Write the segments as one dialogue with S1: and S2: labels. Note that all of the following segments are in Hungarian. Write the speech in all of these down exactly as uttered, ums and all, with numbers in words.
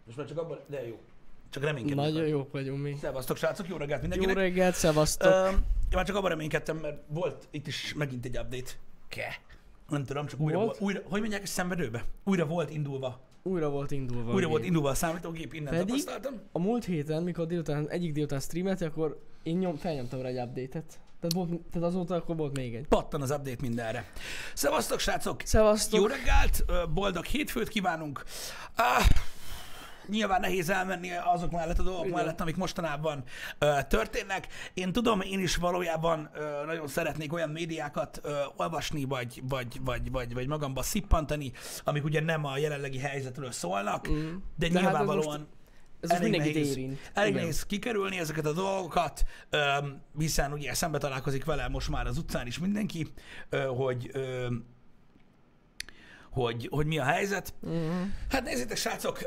S1: Most már csak abban, de jó. Csak reménykedem.
S2: Nagyon jók vagyunk mi.
S1: Szevasztok, srácok, jó reggelt mindenkinek.
S2: Jó reggelt, szevasztok.
S1: Uh, én már csak abban reménykedtem, mert volt itt is megint egy update. Ke. Nem tudom, csak újra,
S2: Volt?
S1: újra, hogy mondják ezt, szenvedőbe? Újra volt indulva.
S2: Újra volt indulva.
S1: Újra
S2: a
S1: volt
S2: gép.
S1: indulva a számítógép, innen
S2: Pedig
S1: tapasztaltam.
S2: a múlt héten, mikor délután, egyik délután streamelti, akkor én nyom, felnyomtam rá egy update-et. Tehát, volt, tehát azóta akkor volt még egy.
S1: Pattan az update mindenre. Szevasztok, srácok!
S2: Szevasztok!
S1: Jó reggelt, boldog hétfőt kívánunk. Ah, nyilván nehéz elmenni azok mellett a dolgok
S2: Igen.
S1: mellett, amik mostanában uh, történnek. Én tudom, én is valójában uh, nagyon szeretnék olyan médiákat uh, olvasni, vagy, vagy, vagy, vagy, vagy magamba szippantani, amik ugye nem a jelenlegi helyzetről szólnak,
S2: Mm.
S1: de,
S2: De hát ez
S1: nyilvánvalóan
S2: most- Ez most
S1: elég
S2: mindenkit
S1: nehéz,
S2: érint.
S1: elég
S2: Igen.
S1: nehéz kikerülni ezeket a dolgokat, öm, hiszen ugye szembe találkozik vele most már az utcán is mindenki, ö, hogy, ö, hogy, hogy mi a helyzet.
S2: Mhm.
S1: Hát nézzétek, srácok, ö,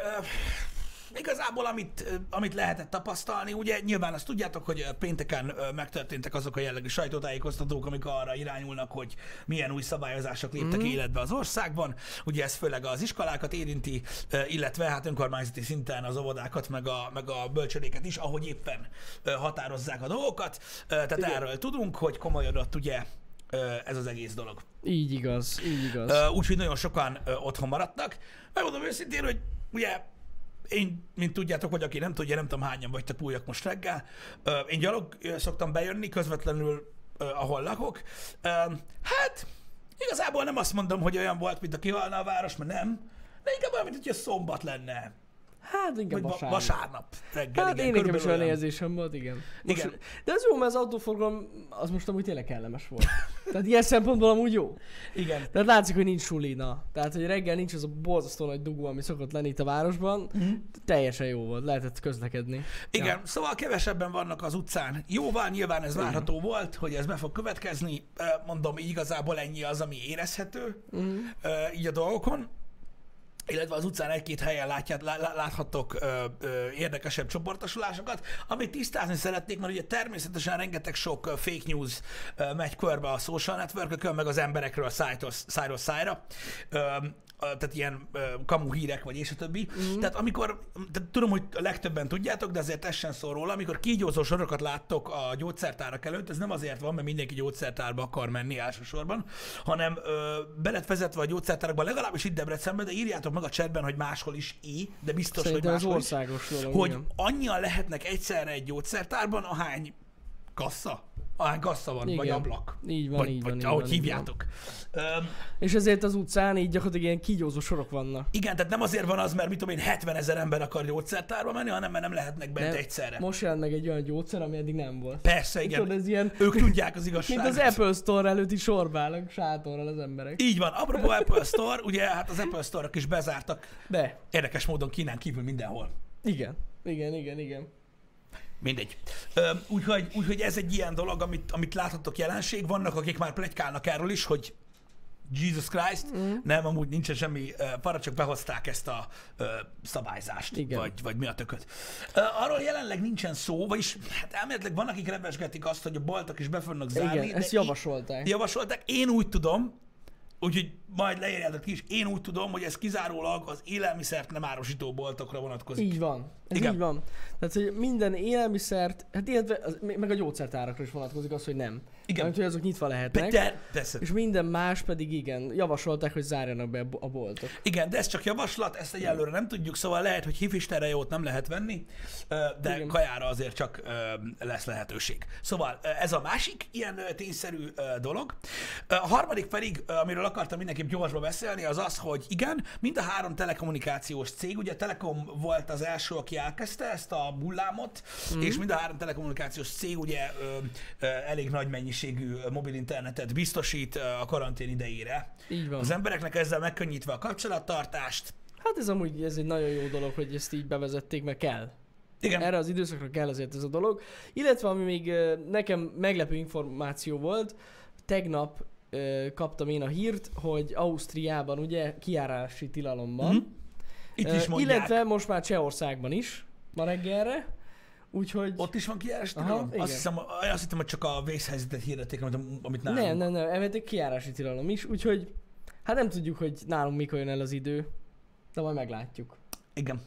S1: igazából amit, ö, amit lehetett tapasztalni, ugye nyilván azt tudjátok, hogy ö, pénteken ö, megtörténtek azok a jellegű sajtótájékoztatók, amik arra irányulnak, hogy milyen új szabályozások léptek
S2: Mhm.
S1: életbe az országban. Ugye ez főleg az iskolákat érinti, ö, illetve hát önkormányzati szinten az óvodákat, meg a, meg a bölcsödéket is, ahogy éppen ö, határozzák a dolgokat. Ö, Tehát
S2: Igen.
S1: erről tudunk, hogy komolyodott ugye ö, ez az egész dolog.
S2: Így igaz, így igaz.
S1: Ö, Úgyhogy nagyon sokan ö, otthon maradtak. Megmondom őszintén, hogy ugye én, mint tudjátok, vagy aki nem tudja, nem tudom hányan vagytok újak most reggel, ö, én gyalog ö, szoktam bejönni közvetlenül, ö, ahol lakok. Ö, Hát igazából nem azt mondom, hogy olyan volt, mint a kihalna a város, mert nem, de inkább olyan, mint hogyha szombat lenne,
S2: Hát inkább
S1: vagy va-
S2: vasárnap.
S1: vasárnap reggel.
S2: Hát
S1: igen,
S2: én nekem is
S1: körülbelül
S2: olyan érzésem volt, igen. Most,
S1: Igen.
S2: De az jó, mert az autóforgalom az most amúgy tényleg kellemes volt. Tehát ilyen szempontból amúgy jó.
S1: Igen.
S2: Tehát látszik, hogy nincs sulina. Tehát, hogy reggel nincs az a borzasztó nagy dugó, ami szokott lenni itt a városban.
S1: Mhm.
S2: Teljesen jó volt, lehetett közlekedni.
S1: Igen,
S2: Ja.
S1: szóval kevesebben vannak az utcán. Jóval nyilván ez
S2: Igen.
S1: várható volt, hogy ez be fog következni. Ö, Mondom, így igazából ennyi az, ami érezhető
S2: Mhm.
S1: ö, így a dolgokon. Illetve az utcán egy-két helyen látját, lá- lá- láthattok ö, ö, érdekesebb csoportosulásokat. Amit tisztázni szeretnék, mert ugye természetesen rengeteg sok ö, fake news ö, megy körbe a social networkökön, meg az emberekről szájtól, szájról szájra. Ö, ö, tehát ilyen ö, kamu hírek, vagy és a többi. Mm. Tehát amikor, tehát tudom, hogy a legtöbben tudjátok, de azért ez sem szól róla, amikor kígyózó sorokat láttok a gyógyszertárak előtt, ez nem azért van, mert mindenki gyógyszertárba akar menni elsősorban, hanem ö, be lett vezetve a gyógyszertárakban, legalábbis itt Debrecenben, de írjátok meg a chatben, hogy máshol is í, de biztos,
S2: Szerintem
S1: hogy
S2: az
S1: máshol is,
S2: országos dolog.
S1: hogy
S2: igen.
S1: annyian lehetnek egyszerre egy gyógyszertárban, ahány kassa, ahány kassa van,
S2: Igen.
S1: vagy ablak,
S2: Így van,
S1: vagy,
S2: így van,
S1: vagy
S2: így
S1: ahogy
S2: van, így van.
S1: hívjátok. Öm,
S2: És ezért az utcán így gyakorlatilag ilyen kígyózó sorok vannak.
S1: igen, tehát nem azért van az, mert mit tudom én, hetven ezer ember akar gyógyszertárba menni, hanem mert nem lehetnek bent
S2: Nem.
S1: egyszerre.
S2: Most jelent meg egy olyan gyógyszer, ami eddig nem volt.
S1: Persze, igen.
S2: Tudod, ez ilyen,
S1: Ők tudják az
S2: mint
S1: igazságot.
S2: az Apple Store előtti sorbálnak sátorral az emberek.
S1: Így van. Apropó Apple Store, ugye hát az Apple Store-ok is bezártak
S2: De,
S1: érdekes módon Kínán kívül mindenhol.
S2: igen. Igen, igen, igen.
S1: Mindegy. Ö, Úgyhogy, úgyhogy ez egy ilyen dolog, amit, amit láthatok jelenség. Vannak, akik már pletykálnak erről is, hogy Jesus Christ, mm. nem, amúgy nincsen semmi uh, para, csak behozták ezt a uh, szabályzást,
S2: Igen.
S1: vagy, vagy mi a tököt. Uh, arról jelenleg nincsen szó, vagyis hát elméletileg vannak, akik rebesgetik azt, hogy a boltok is be fognak zárni.
S2: Igen, ezt
S1: de
S2: javasolták.
S1: Én, javasolták. Én úgy tudom, úgyhogy majd leírjátok ki is, én úgy tudom, hogy ez kizárólag az élelmiszert nem árusító boltokra vonatkozik.
S2: Így van. Ez
S1: Igen.
S2: így van. Tehát, hogy minden élelmiszert, hát illetve az, meg a gyógyszertárakra is vonatkozik az, hogy nem.
S1: Igen.
S2: Mert, hogy azok nyitva lehetnek.
S1: De, persze.
S2: És minden más pedig igen, javasolták, hogy zárjanak be a boltok.
S1: Igen, de ez csak javaslat, ezt egyelőre nem tudjuk, szóval lehet, hogy hifisterre jót nem lehet venni, ö, de
S2: Igen.
S1: kajára azért csak ö, lesz lehetőség. Szóval ö, ez a másik ilyen ö, tényszerű ö, dolog. Ö, A harmadik pedig, ö, amiről akartam mindenképp gyorsba beszélni, az az, hogy igen, mind a három telekommunikációs cég, ugye a Telekom volt az első, aki elkezdte ezt a bullámot, mm. és mind a három telekommunikációs cég ugye ö, ö, elég nagy mennyiségű mobil internetet biztosít ö, a karantén idejére.
S2: Így van.
S1: Az embereknek ezzel megkönnyítve a kapcsolattartást.
S2: Hát ez amúgy ez egy nagyon jó dolog, hogy ezt így bevezették, mert kell.
S1: Igen.
S2: Erre az időszakra kell azért ez a dolog. Illetve ami még ö, nekem meglepő információ volt, tegnap ö, kaptam én a hírt, hogy Ausztriában ugye kijárási tilalom van.
S1: Mhm. Itt
S2: Ö,
S1: is mondják.
S2: Illetve most már Csehországban is ma reggelre. Úgyhogy...
S1: Ott is van kijárási
S2: Aha,
S1: tilalom?
S2: igen.
S1: Azt hiszem, azt hittem, hogy csak a vészhelyzetet hirdették, amit, amit nálunk.
S2: Nem, nem, nem, elvették kijárási tilalom is, úgyhogy hát nem tudjuk, hogy nálunk mikor jön el az idő, de majd meglátjuk.
S1: Igen.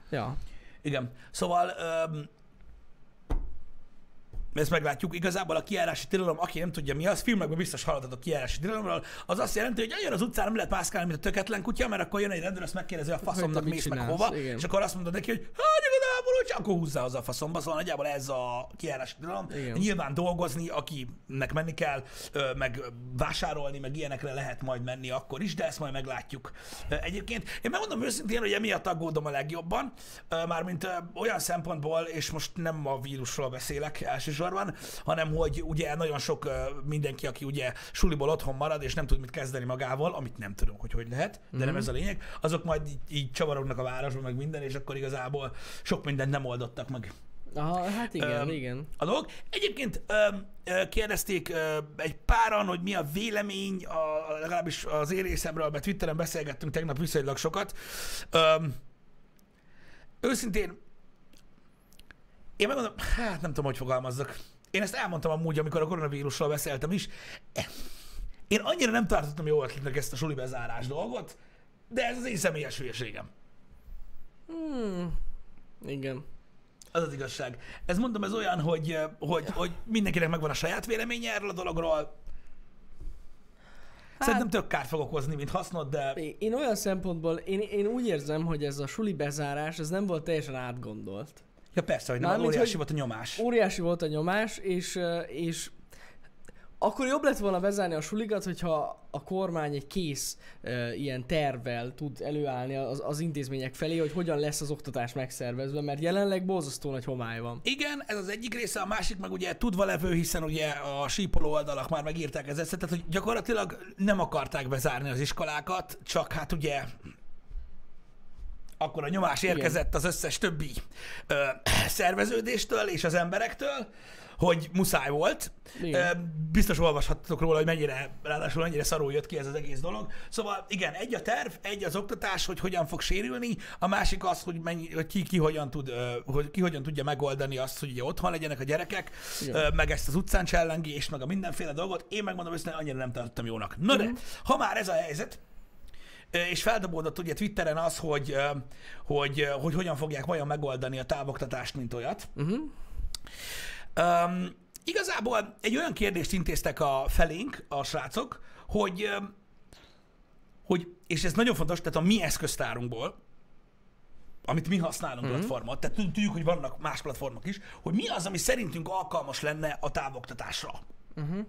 S2: Ja.
S1: Igen. Szóval öm, ezt meglátjuk. Igazából a kijárási tilalom, aki nem tudja mi az, filmekben biztos hallottatok kijárási tilalomról, az azt jelenti, hogy olyan az utcán nem lehet mászkálni, mint a töketlen kutya, mert akkor jön egy rendőr, azt megkérdezi, a faszomnak mész meg hova,
S2: igen.
S1: és akkor azt mondod neki, hogy hát igazából, hogy akkor húzzá hozzá a faszomba. Szóval nagyjából ez a kijárási tilalom. Igen. Nyilván dolgozni, akinek menni kell, meg vásárolni, meg ilyenekre lehet majd menni akkor is, de ezt majd meglátjuk. Egyébként én megmondom őszintén, hogy emiatt aggódom a legjobban, mármint olyan szempontból, és most nem a vírusról beszélek elsősorban, hanem hogy ugye nagyon sok mindenki, aki ugye suliból otthon marad, és nem tud mit kezdeni magával, amit nem tudom, hogy hogy lehet, de mm-hmm. nem ez a lényeg, azok majd így, így csavarognak a városban, meg minden, és akkor igazából sok mindent nem oldottak meg.
S2: Aha, hát igen, um, igen.
S1: A dolog. Egyébként um, kérdezték um, egy páran, hogy mi a vélemény, a, legalábbis az én részemről, mert Twitteren beszélgettünk tegnap viszonylag sokat. Um, őszintén, én megmondom, hát nem tudom, hogy fogalmazzak. Én ezt elmondtam amúgy, amikor a koronavírusról beszéltem is. Én annyira nem tartottam jó ötletnek ezt a suli bezárás dolgot, de ez az én személyes hülyeségem.
S2: Hmm, igen.
S1: Az az igazság. Ez mondom, ez olyan, hogy, hogy, hogy mindenkinek megvan a saját véleménye erről a dologról. Hát, szerintem tök kárt fog okozni, mint hasznot, de...
S2: Én olyan szempontból, én, én úgy érzem, hogy ez a suli bezárás, ez nem volt teljesen átgondolt.
S1: Ja persze, hogy nem, Mármint, óriási volt a nyomás.
S2: Óriási volt a nyomás, és, és akkor jobb lett volna bezárni a suligat, hogyha a kormány egy kész e, ilyen tervvel tud előállni az, az intézmények felé, hogy hogyan lesz az oktatás megszervezve, mert jelenleg borzasztó nagy homály van.
S1: Igen, ez az egyik része, a másik meg ugye tudva levő, hiszen ugye a sípoló oldalak már megírták ezt, tehát hogy gyakorlatilag nem akarták bezárni az iskolákat, csak hát ugye akkor a nyomás érkezett Igen. az összes többi ö, szerveződéstől és az emberektől, hogy muszáj volt. Igen. Biztos olvashattatok róla, hogy mennyire, ráadásul mennyire szarul jött ki ez az egész dolog. Szóval igen, egy a terv, egy az oktatás, hogy hogyan fog sérülni, a másik az, hogy, mennyi, hogy ki, ki, hogyan tud, hogy ki hogyan tudja megoldani azt, hogy ugye otthon legyenek a gyerekek, igen. meg ezt az utcán csellengést, meg a mindenféle dolgot. Én megmondom őszintén, annyira nem tartottam jónak. Na de, mm. ha már ez a helyzet, és feldobódott ugye Twitteren az, hogy, hogy, hogy hogyan fogják vajon megoldani a távoktatást, mint olyat. Uh-huh. Um, igazából egy olyan kérdést intéztek a felénk, a srácok, hogy, hogy és ez nagyon fontos, tehát a mi eszköztárunkból, amit mi használunk uh-huh. platformot, tehát tudjuk, hogy vannak más platformok is, hogy mi az, ami szerintünk alkalmas lenne a távoktatásra. Uh-huh.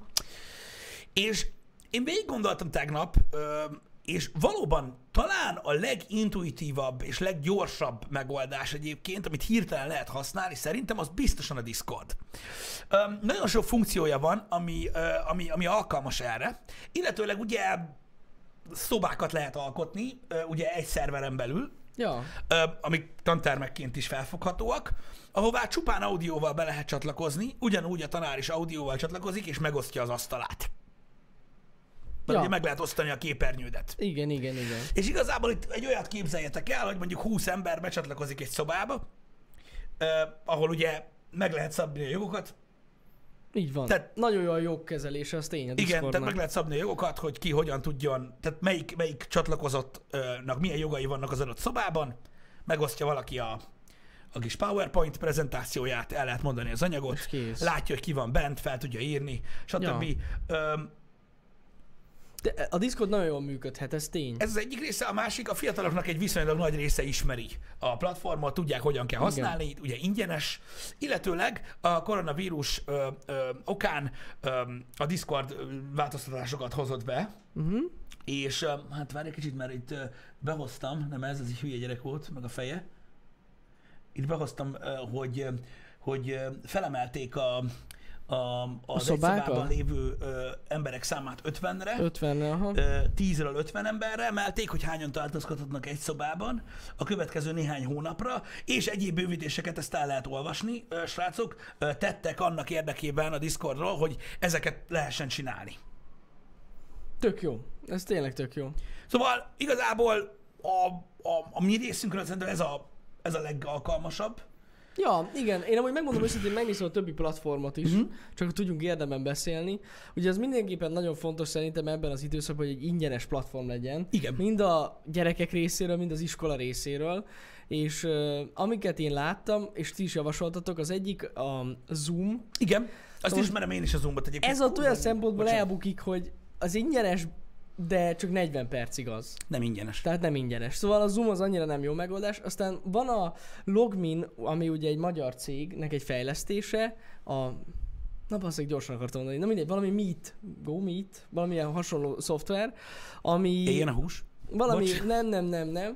S1: És én végig gondoltam tegnap, és valóban talán a legintuitívabb és leggyorsabb megoldás egyébként, amit hirtelen lehet használni, szerintem az biztosan a Discord. Um, nagyon sok funkciója van, ami, uh, ami, ami alkalmas erre, illetőleg ugye szobákat lehet alkotni, uh, ugye egy szerveren belül, ja. uh, amik tantermekként is felfoghatóak, ahová csupán audióval be lehet csatlakozni, ugyanúgy a tanár is audióval csatlakozik, és megosztja az asztalát. Ja. Ugye meg lehet osztani a képernyődet.
S2: Igen, igen, igen.
S1: És igazából itt egy olyat képzeljetek el, hogy mondjuk húsz ember becsatlakozik egy szobába, eh, ahol ugye meg lehet szabni a jogokat.
S2: Így van. Tehát, nagyon jó a jogkezelése, az tény a
S1: Igen, Discordnak. Tehát meg lehet szabni a jogokat, hogy ki hogyan tudjon, tehát melyik, melyik csatlakozottnak milyen jogai vannak az adott szobában, megosztja valaki a, a kis PowerPoint prezentációját, el lehet mondani az anyagot, látja, hogy ki van bent, fel tudja írni, stb. Ja. Um,
S2: De a Discord nagyon jól működhet, ez tény.
S1: Ez az egyik része, a másik, a fiataloknak egy viszonylag nagy része ismeri a platformot, tudják, hogyan kell használni, igen. ugye ingyenes, illetőleg a koronavírus ö, ö, okán ö, a Discord változtatásokat hozott be, uh-huh. és ö, hát várj egy kicsit, mert itt ö, behoztam, nem ez, ez egy hülye gyerek volt, meg a feje, itt behoztam, ö, hogy, ö, hogy ö, felemelték a A, az a egy szobában lévő ö, emberek számát ötvenre,
S2: ötvenre aha.
S1: Ö, tízről ötven emberre emelték, hogy hányan tartózkodhatnak egy szobában a következő néhány hónapra, és egyéb bővítéseket ezt el lehet olvasni. Ö, srácok ö, tettek annak érdekében a Discordról, hogy ezeket lehessen csinálni.
S2: Tök jó. Ez tényleg tök jó.
S1: Szóval igazából a, a, a mi részünkről szerintem ez a, ez a legalkalmasabb.
S2: Ja, igen. Én amúgy megmondom őszintén, megnézem a többi platformot is,
S1: Mhm.
S2: csak hogy tudjunk érdemben beszélni. Ugye az mindenképpen nagyon fontos szerintem ebben az időszakban, hogy egy ingyenes platform legyen.
S1: Igen.
S2: Mind a gyerekek részéről, mind az iskola részéről. És uh, amiket én láttam, és ti is javasoltatok, az egyik a Zoom.
S1: Igen, azt
S2: Most
S1: ismerem én is a Zoomot egyébként.
S2: Ez ott olyan szempontból
S1: Bocsánat.
S2: elbukik, hogy az ingyenes, de csak negyven percig az.
S1: Nem ingyenes.
S2: Tehát nem ingyenes. Szóval a Zoom az annyira nem jó megoldás. Aztán van a Logmin, ami ugye egy magyar cégnek egy fejlesztése, a... Na basszak, gyorsan akartam mondani. Na mindegy, valami Meet, Go Meet, valamilyen hasonló szoftver, ami...
S1: Éljen a hús?
S2: Valami,
S1: Bocs.
S2: nem, nem, nem, nem.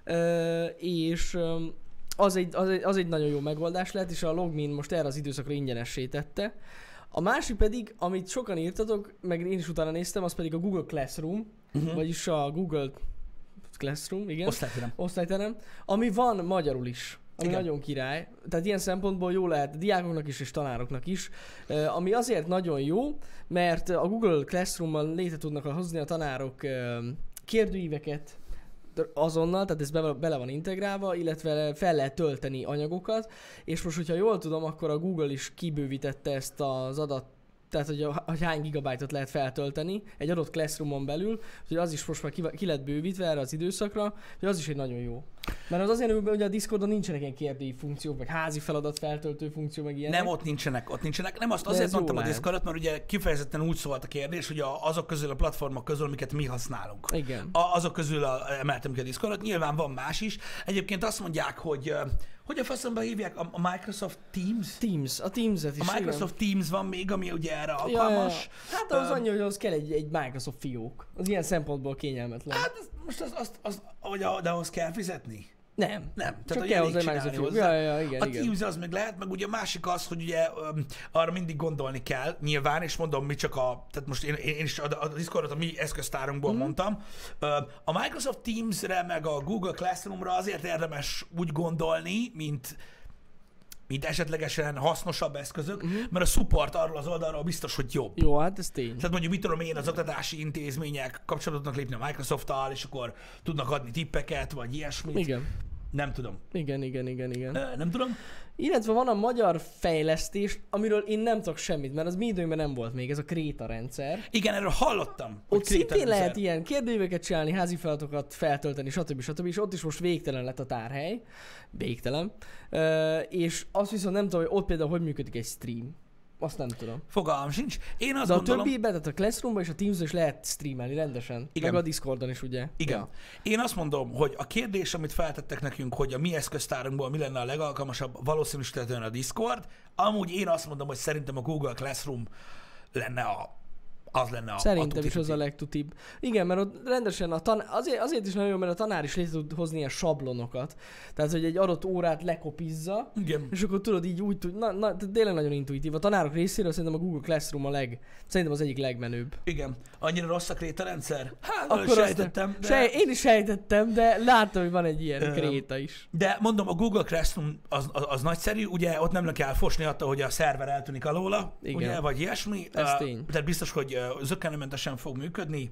S2: Ö, és ö, az egy, az, egy, az egy nagyon jó megoldás lett, és a Logmin most erre az időszakra ingyenessé tette. A másik pedig, amit sokan írtatok, meg én is utána néztem, az pedig a Google Classroom,
S1: Uh-huh.
S2: vagyis a Google Classroom, igen.
S1: Osztályterem.
S2: Osztályterem, ami van magyarul is, ami
S1: Igen.
S2: nagyon király. Tehát ilyen szempontból jó lehet diákoknak is és tanároknak is, uh, ami azért nagyon jó, mert a Google Classroom-mal létre tudnak hozni a tanárok uh, kérdőíveket azonnal, tehát ez be, bele van integrálva, illetve fel lehet tölteni anyagokat, és most, hogyha jól tudom, akkor a Google is kibővítette ezt az adat, tehát hogy, a, hogy hány gigabájtot lehet feltölteni egy adott Classroomon belül, hogy az is most már ki, ki lett bővítve erre az időszakra, hogy az is egy nagyon jó. Mert az azért, hogy a Discordon nincsenek ilyen kérdői funkciók, meg házi feladat feltöltő funkció, meg ilyenek.
S1: Nem, ott nincsenek, ott nincsenek. Nem azt
S2: De
S1: azért
S2: ez jó
S1: mondtam a
S2: lehet.
S1: Discordot, mert ugye kifejezetten úgy szólt a kérdés, hogy a, azok közül a platformok közül, amiket mi használunk.
S2: Igen.
S1: A, azok közül a, emeltem ki a Discordot, nyilván van más is. Egyébként azt mondják, hogy ö, hogy a faszomba hívják a, a Microsoft Teams?
S2: Teams, a Teams-et is.
S1: A Microsoft Teams van még, ami ugye erre
S2: igen. Ja, ja, ja.
S1: alkalmas.
S2: Hát az
S1: Ö,
S2: annyi, hogy az kell egy, egy Microsoft fiók. Az ilyen szempontból kényelmetlen.
S1: Hát az, most az, az, az, hogy a, de ahhoz kell fizetni?
S2: Nem.
S1: Nem.
S2: Csak
S1: Tehát, hogy
S2: kell
S1: elég
S2: hozzá egy
S1: csinálni
S2: Microsoft
S1: hozzá.
S2: fiók. Ja, ja, ja, igen,
S1: A
S2: igen.
S1: Teams az meg lehet, meg ugye a másik az, hogy ugye öm, arra mindig gondolni kell, nyilván, és mondom, mi csak a, tehát most én, én is a, a Discordot a mi eszköztárunkból
S2: Mhm.
S1: mondtam. Öm, A Microsoft Teams-re, meg a Google Classroom-ra azért érdemes úgy gondolni, mint mint esetlegesen hasznosabb eszközök,
S2: Mhm.
S1: mert a support arról az oldalról biztos, hogy jobb.
S2: Jó, hát ez tény.
S1: Tehát mondjuk mit tudom én, az oktatási intézmények kapcsolatot tudnak lépni a Microsoft-tal, és akkor tudnak adni tippeket, vagy ilyesmit.
S2: Igen.
S1: Nem tudom.
S2: Igen, igen, igen, igen.
S1: Ö, Nem tudom.
S2: Illetve van a magyar fejlesztés, amiről én nem tudok semmit, mert az mi időnkben nem volt még, ez a Kréta rendszer.
S1: Igen, erről hallottam. hogy
S2: Ott szintén
S1: krétarendszer.
S2: lehet ilyen kérdőíveket csinálni, házi feladatokat feltölteni, stb. stb. És ott is most végtelen lett a tárhely. Végtelen. Ö, és azt viszont nem tudom, hogy ott például hogy működik egy stream. Azt nem tudom.
S1: Fogalmam sincs. Én azt
S2: De a
S1: gondolom...
S2: többiben, tehát a Classroomban és a Teams-on is lehet streamelni rendesen.
S1: Igen.
S2: Meg a Discordon is, ugye?
S1: Igen.
S2: Ja.
S1: Én azt mondom, hogy a kérdés, amit feltettek nekünk, hogy a mi eszköztárunkból mi lenne a legalkalmasabb, valószínűsíthetően a Discord. Amúgy én azt mondom, hogy szerintem a Google Classroom lenne a az lenne a
S2: Szerintem
S1: a
S2: is az a
S1: tuti-tuti.
S2: legtutibb. Igen, mert ott rendesen a tan- azért, azért is nagyon jó, mert a tanár is létre tud hozni ilyen sablonokat. Tehát, hogy egy adott órát lekopizza,
S1: Igen.
S2: és akkor tudod így úgy tud, na, na tehát tényleg nagyon intuitív. A tanárok részéről szerintem a Google Classroom a leg, szerintem az egyik legmenőbb.
S1: Igen. Annyira rossz a Kréta rendszer? Hát,
S2: Akkor
S1: akkor
S2: azt-
S1: sejtettem, de...
S2: Sej, én is sejtettem, de láttam, hogy van egy ilyen
S1: Öm,
S2: kréta is.
S1: De mondom, a Google Classroom az, az, az nagyszerű, ugye ott nem kell fosni attól, hogy a szerver eltűnik alóla,
S2: Igen.
S1: ugye, vagy ilyesmi.
S2: Ez
S1: Ö,
S2: tény.
S1: Tehát biztos, hogy ö, zökkenőmentesen fog működni.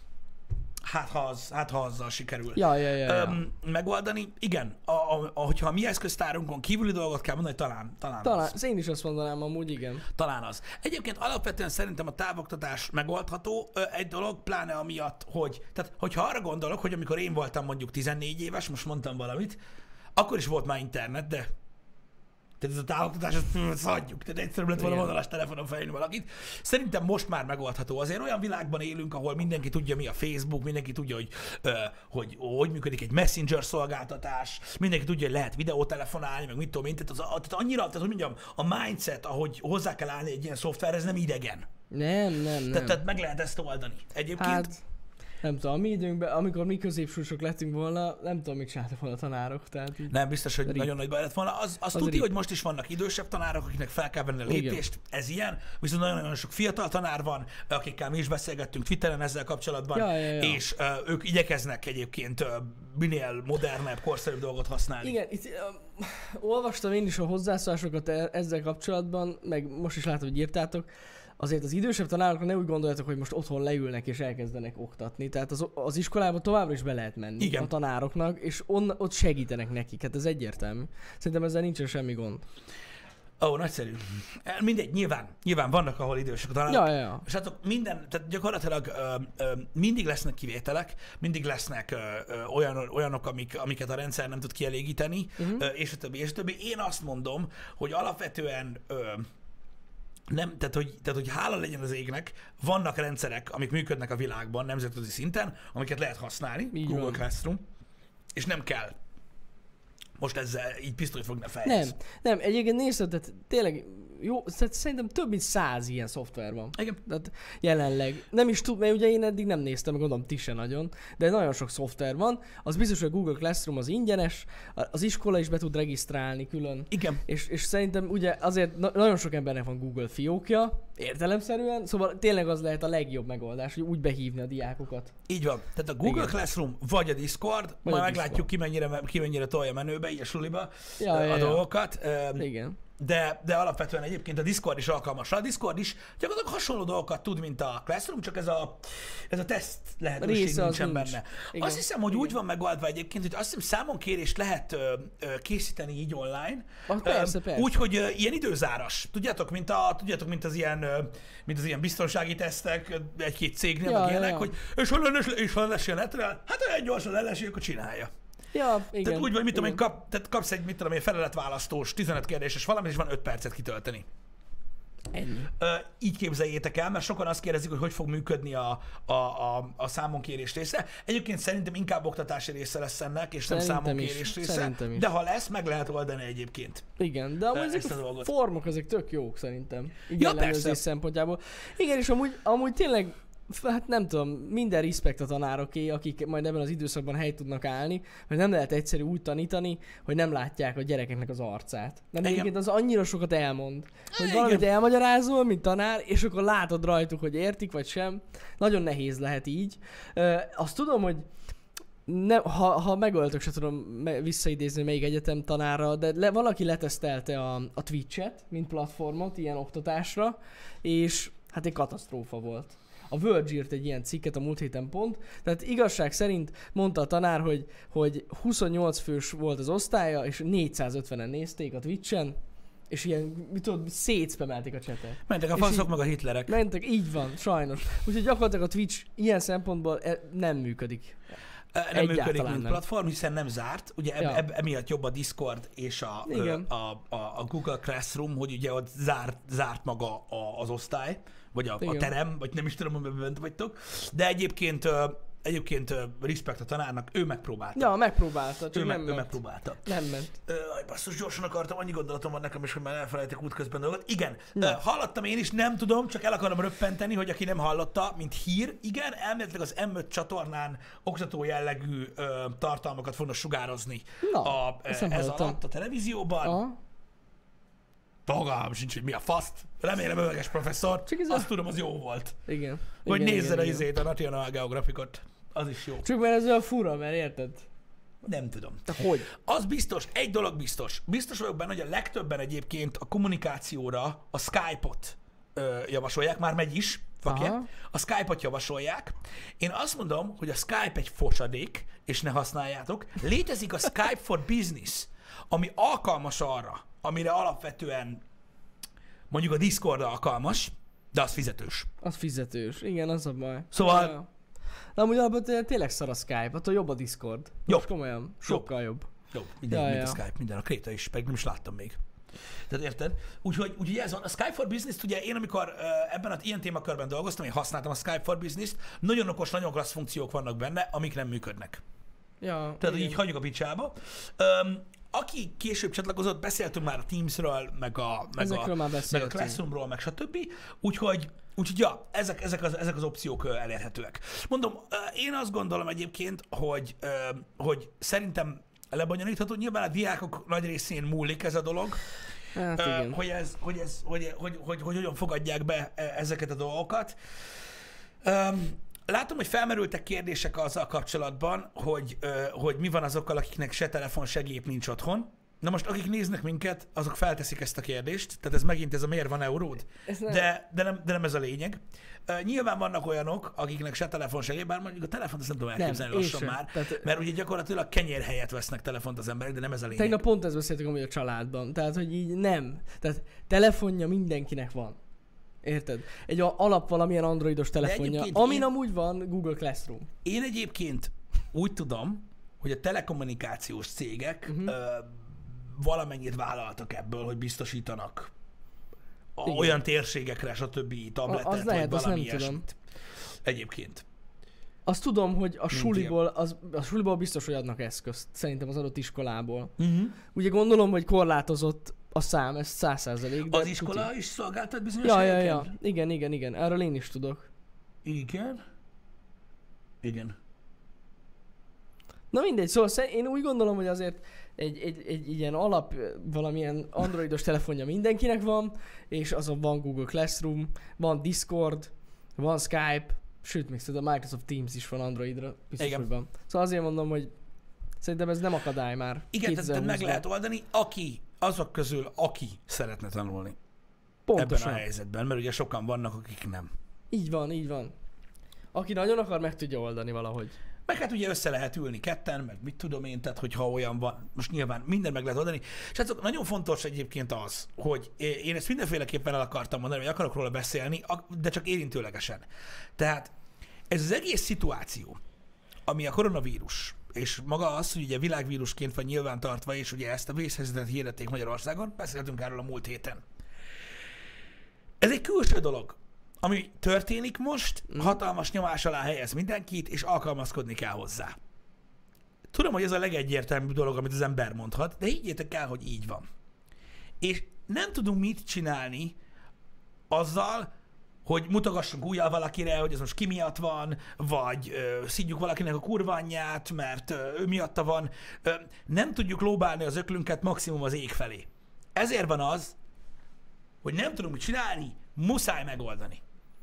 S1: Hát ha, az, hát, ha azzal sikerül.
S2: Ja, ja, ja, ja.
S1: Öm, megoldani. Igen, a, a, a, hogyha a mi eszköztárunkon kívüli dolgot kell mondani, talán, talán,
S2: Talán,
S1: az.
S2: az én is azt mondanám amúgy, igen.
S1: Talán az. Egyébként alapvetően szerintem a távoktatás megoldható ö, egy dolog, pláne amiatt, hogy, tehát hogyha arra gondolok, hogy amikor én voltam mondjuk tizennégy éves, most mondtam valamit, akkor is volt már internet, de tehát ez a távoktatás, azt hagyjuk. Tehát egyszerűbb lett volna
S2: Igen.
S1: vonalas telefonon felhívni valakit. Szerintem most már megoldható. Azért olyan világban élünk, ahol mindenki tudja, mi a Facebook, mindenki tudja, hogy ö, hogy, hogy működik egy messenger szolgáltatás, mindenki tudja, hogy lehet videótelefonálni, meg mit tudom én. Tehát, az, tehát annyira, tehát hogy mondjam, a mindset, ahogy hozzá kell állni egy ilyen szoftverhez, nem idegen.
S2: Nem, nem, nem.
S1: Tehát, tehát meg lehet ezt oldani. Egyébként
S2: Hát, nem tudom, a mi időnkben, amikor mi középsősök lettünk volna, nem tudom, mit csináltak volna a tanárok, tehát így...
S1: nem biztos, hogy
S2: Rip.
S1: nagyon nagy baj lett volna. Az, az,
S2: Az
S1: tudni,
S2: rip.
S1: hogy most is vannak idősebb tanárok, akiknek fel kell venni a
S2: Igen.
S1: lépést, ez ilyen, viszont nagyon-nagyon sok fiatal tanár van, akikkel mi is beszélgettünk Twitteren ezzel kapcsolatban,
S2: Ja, ja, ja.
S1: és uh, ők igyekeznek egyébként uh, minél modernebb, korszerűbb dolgot használni.
S2: Igen, itt uh, olvastam én is a hozzászólásokat e- ezzel kapcsolatban, meg most is látom, hogy írtátok. azért az idősebb tanárokra ne úgy gondoljatok, hogy most otthon leülnek és elkezdenek oktatni. Tehát az, az iskolába továbbra is be lehet menni
S1: Igen.
S2: a tanároknak, és on, ott segítenek nekik. Hát ez egyértelmű. Szerintem ezzel nincsen semmi gond.
S1: Ó, oh, nagyszerű. Mindegy, nyilván, nyilván vannak, ahol idősek a tanárok.
S2: Ja, ja, ja.
S1: És hát minden, tehát gyakorlatilag ö, ö, mindig lesznek kivételek, mindig lesznek ö, ö, olyan, olyanok, amik, amiket a rendszer nem tud kielégíteni, uh-huh. ö, és a többi, és a többi. Én azt mondom, hogy alapvetően ö, nem, tehát hogy, tehát, hogy hála legyen az égnek, vannak rendszerek, amik működnek a világban nemzetközi szinten, amiket lehet használni,
S2: Így
S1: Google
S2: van.
S1: Classroom, és nem kell most ezzel így pisztolyt fogni a fejhez.
S2: Nem, nem, egyébként nézted, tehát tényleg jó, tehát szerintem több mint száz ilyen szoftver van.
S1: Igen.
S2: Tehát jelenleg. Nem is tud, mert ugye én eddig nem néztem, gondolom ti se nagyon, de nagyon sok szoftver van. Az biztos, hogy Google Classroom az ingyenes, az iskola is be tud regisztrálni külön.
S1: Igen.
S2: És, és szerintem ugye azért na- nagyon sok embernek van Google fiókja, értelemszerűen, szóval tényleg az lehet a legjobb megoldás, hogy úgy behívni a diákokat.
S1: Így van. Tehát a Google
S2: Igen.
S1: Classroom vagy a Discord,
S2: Vagy
S1: majd
S2: a
S1: meglátjuk,
S2: Discord.
S1: ki mennyire, ki mennyire tolja menőbe, így a suliba
S2: Ja,
S1: a
S2: ja, ja.
S1: dolgokat. Öm,
S2: Igen.
S1: De, de alapvetően egyébként a Discord is alkalmas rá. A Discord is gyakorlatilag hasonló dolgokat tud, mint a Classroom, csak ez a, ez a teszt lehetőség
S2: Része az
S1: nincsen
S2: nincs.
S1: benne.
S2: Igen.
S1: Azt hiszem, hogy
S2: Igen.
S1: úgy van megoldva egyébként, hogy azt hiszem számonkérést lehet ö, ö, készíteni így online.
S2: Ah, persze,
S1: Ö,
S2: persze.
S1: Úgy, hogy ö, ilyen időzáras. Tudjátok, mint, a, tudjátok, mint az ilyen, ö, mint az ilyen biztonsági tesztek ö, egy-két cégnél,
S2: Ja,
S1: meg
S2: ja,
S1: ilyenek,
S2: ja.
S1: hogy és ha lenes, és ha lessél netre, hát olyan gyorsan lelesi, akkor csinálja.
S2: Ja, igen.
S1: Tehát úgy vagy, mit tudom én,
S2: igen.
S1: kap, tehát kapsz egy, mit tudom én, feleletválasztós, tizenöt kérdéses valamit, és van öt percet kitölteni.
S2: Ennyi.
S1: Ö, így képzeljétek el, mert sokan azt kérdezik, hogy hogy fog működni a, a, a, a számonkérés része. Egyébként szerintem inkább oktatási része lesz ennek, és nem
S2: Szerintem
S1: számonkérés
S2: is,
S1: része.
S2: szerintem is.
S1: De ha lesz, meg lehet oldani egyébként.
S2: Igen, de amúgy
S1: Ö,
S2: ezek
S1: ezt a
S2: a
S1: dolgot.
S2: formok ezek tök jók szerintem. Így
S1: Ja,
S2: ellenőrzés
S1: persze.
S2: szempontjából. Igen, és amúgy, amúgy tényleg, hát nem tudom, minden respekt a tanároké, akik majd ebben az időszakban helyt tudnak állni, mert nem lehet egyszerű úgy tanítani, hogy nem látják a gyerekeknek az arcát. De
S1: Igen.
S2: egyébként az annyira sokat elmond, hogy
S1: Igen.
S2: valamit elmagyarázol, mint tanár, és akkor látod rajtuk, hogy értik, vagy sem. Nagyon nehéz lehet így. Ö, azt tudom, hogy nem, ha, ha megöltök, se tudom me- visszaidézni melyik egyetem tanára, de le, valaki letesztelte a, a Twitch-et, mint platformot ilyen oktatásra, és hát egy katasztrófa volt. A Verge írt egy ilyen cikket a múlt héten pont, tehát igazság szerint mondta a tanár, hogy, hogy huszonnyolc fős volt az osztálya, és négyszázötvenen nézték a Twitch-en, és ilyen, mit tudod, szétszpemelték a csetet.
S1: Mentek a
S2: És
S1: faszok,
S2: így-
S1: meg a hitlerek.
S2: Mentek, így van, sajnos. Úgyhogy gyakorlatilag a Twitch ilyen szempontból e- nem működik.
S1: Ö, Nem
S2: Egyáltalán
S1: működik, mint
S2: nem.
S1: platform, hiszen nem zárt. Ugye eb,
S2: Ja.
S1: eb, emiatt jobb a Discord és a, ö,
S2: Igen.
S1: a, a, a Google Classroom, hogy ugye ott zárt, zárt maga a, az osztály, vagy a, a
S2: Igen.
S1: terem, vagy nem is tudom, hogy bent vagytok. De egyébként, ö, egyébként ö, respekt a tanárnak, ő megpróbálta.
S2: Ja, megpróbálta,
S1: ő,
S2: csak
S1: meg,
S2: nem
S1: ő
S2: ment.
S1: megpróbálta.
S2: Nem ment.
S1: Ö, Aj, basszus, gyorsan akartam, annyi gondolatom van nekem is, hogy már elfelejtek útközben dolgot. Igen, ö,
S2: Na.
S1: hallottam én is, nem tudom, csak el akarom röppenteni, hogy aki nem hallotta, mint hír, igen, elméletileg az em öt csatornán oktató jellegű ö, tartalmakat fognak sugározni
S2: Na,
S1: a,
S2: ezt nem
S1: ez
S2: hallottam.
S1: alatt a televízióban.
S2: Aha.
S1: Fogalmam sincs, hogy mi a faszt. Remélem öveges professzor.
S2: Csak ez a-
S1: Azt tudom, az jó volt.
S2: Igen.
S1: Vagy
S2: igen,
S1: nézzed
S2: igen,
S1: a
S2: igen.
S1: izét, a National Geographicot. Az is jó.
S2: Csak mert ez olyan fura, mert érted?
S1: Nem tudom.
S2: Te hogy?
S1: Az biztos, egy dolog biztos. Biztos vagyok benne, hogy a legtöbben egyébként a kommunikációra a Skype-ot ö, javasolják, már megy is, fakje.
S2: Aha.
S1: A Skype-ot javasolják. Én azt mondom, hogy a Skype egy fosadék, és ne használjátok. Létezik a Skype for Business, ami alkalmas arra, amire alapvetően mondjuk a Discord alkalmas, de az fizetős.
S2: Az fizetős. Igen, az a baj.
S1: Szóval-
S2: Ja. De amúgy alapvetően tényleg szar a Skype, attól jobb a Discord.
S1: Jobb.
S2: Most komolyan. Sokkal jobb.
S1: Jó, minden,
S2: Ja,
S1: mint
S2: ja.
S1: a Skype, minden, a Kréta is, pedig nem is láttam még. Tehát érted? Úgyhogy, úgyhogy ez van. A Skype for Business-t ugye én, amikor uh, ebben a ilyen témakörben dolgoztam, én használtam a Skype for Business-t, nagyon okos, nagyon klassz funkciók vannak benne, amik nem működnek.
S2: Ja,
S1: Tehát
S2: igen.
S1: így hagyjuk a picsába. Um, aki később csatlakozott, beszéltünk már a Teamsről, meg a, meg a,
S2: Ezekről már
S1: meg a
S2: beszéltünk.
S1: Classroomról, meg stb. Úgyhogy, úgyhogy ja, ezek, ezek, az, ezek az opciók ö, elérhetőek. Mondom, ö, én azt gondolom egyébként, hogy, ö, hogy szerintem lebonyolítható. Nyilván a diákok nagy részén múlik ez a dolog,
S2: Hát
S1: ö,
S2: igen.
S1: hogy, ez, hogy, ez, hogy, hogy, hogy, hogy hogyan fogadják be e- ezeket a dolgokat. Um, Látom, hogy felmerültek kérdések azzal kapcsolatban, hogy, ö, hogy mi van azokkal, akiknek se telefon, se gép nincs otthon. Na most akik néznek minket, azok felteszik ezt a kérdést, tehát ez megint ez a miért van euród, de, de, nem, de nem ez a lényeg. Uh, nyilván vannak olyanok, akiknek se telefon se, bár mondjuk a telefont azt nem tudom elképzelni lassan
S2: sem.
S1: már,
S2: Tehát,
S1: mert ugye gyakorlatilag kenyérhelyet vesznek telefont az emberek, de nem ez a lényeg.
S2: Tegnap pont ezt beszéltük amúgy a családban, tehát hogy így nem. Tehát telefonja mindenkinek van. Érted? Egy a- alap valamilyen androidos telefonja, amin én... amúgy van Google Classroom.
S1: Én egyébként úgy tudom, hogy a telekommunikációs cégek uh-huh. ö, valamennyit vállaltak ebből, hogy biztosítanak a, olyan térségekre, stb. Tabletet,
S2: az lehet,
S1: vagy valami
S2: nem
S1: ilyesmit.
S2: tudom.
S1: Egyébként.
S2: Azt tudom, hogy a
S1: Mint
S2: suliból, az, a suliból biztos, hogy adnak eszközt. Szerintem az adott iskolából.
S1: Uh-huh.
S2: Ugye gondolom, hogy korlátozott a szám, ez száz százalék.
S1: Az iskola tuti. Is szolgáltat bizonyos
S2: ja,
S1: helyeken?
S2: ja, ja. Igen, igen, igen. Erről én is tudok.
S1: Igen? Igen.
S2: Na mindegy, szóval én úgy gondolom, hogy azért egy, egy, egy ilyen alap, valamilyen androidos telefonja mindenkinek van, és azon van Google Classroom, van Discord, van Skype, sőt, még szerintem a Microsoft Teams is van Androidra, biztos,
S1: igen.
S2: hogy van. Szóval azért mondom, hogy szerintem ez nem akadály már.
S1: Igen, tehát meg lehet oldani, aki, azok közül, aki szeretne tanulni. Pontosan. Ebben a helyzetben, mert ugye sokan vannak, akik nem.
S2: Így van, így van. Aki nagyon akar, meg tudja oldani valahogy.
S1: Meg hát ugye össze lehet ülni ketten, meg mit tudom én, tehát hogyha olyan van, most nyilván minden meg lehet oldani. Srácok, nagyon fontos egyébként az, hogy én ezt mindenféleképpen el akartam mondani, hogy akarok róla beszélni, de csak érintőlegesen. Tehát ez az egész szituáció, ami a koronavírus, és maga az, hogy ugye világvírusként van nyilván tartva, és ugye ezt a vészhelyzetet hirdették Magyarországon, beszéltünk erről a múlt héten. Ez egy külső dolog, ami történik most, hatalmas nyomás alá helyez mindenkit, és alkalmazkodni kell hozzá. Tudom, hogy ez a legegyértelműbb dolog, amit az ember mondhat, de higgyétek el, hogy így van. És nem tudunk mit csinálni azzal, hogy mutogassunk újjal valakire, hogy ez most ki miatt van, vagy ö, szidjuk valakinek a kurványját, mert ö, ő miatta van. Ö, nem tudjuk lóbálni az öklünket maximum az ég felé. Ezért van az, hogy nem tudunk mit csinálni, muszáj megoldani.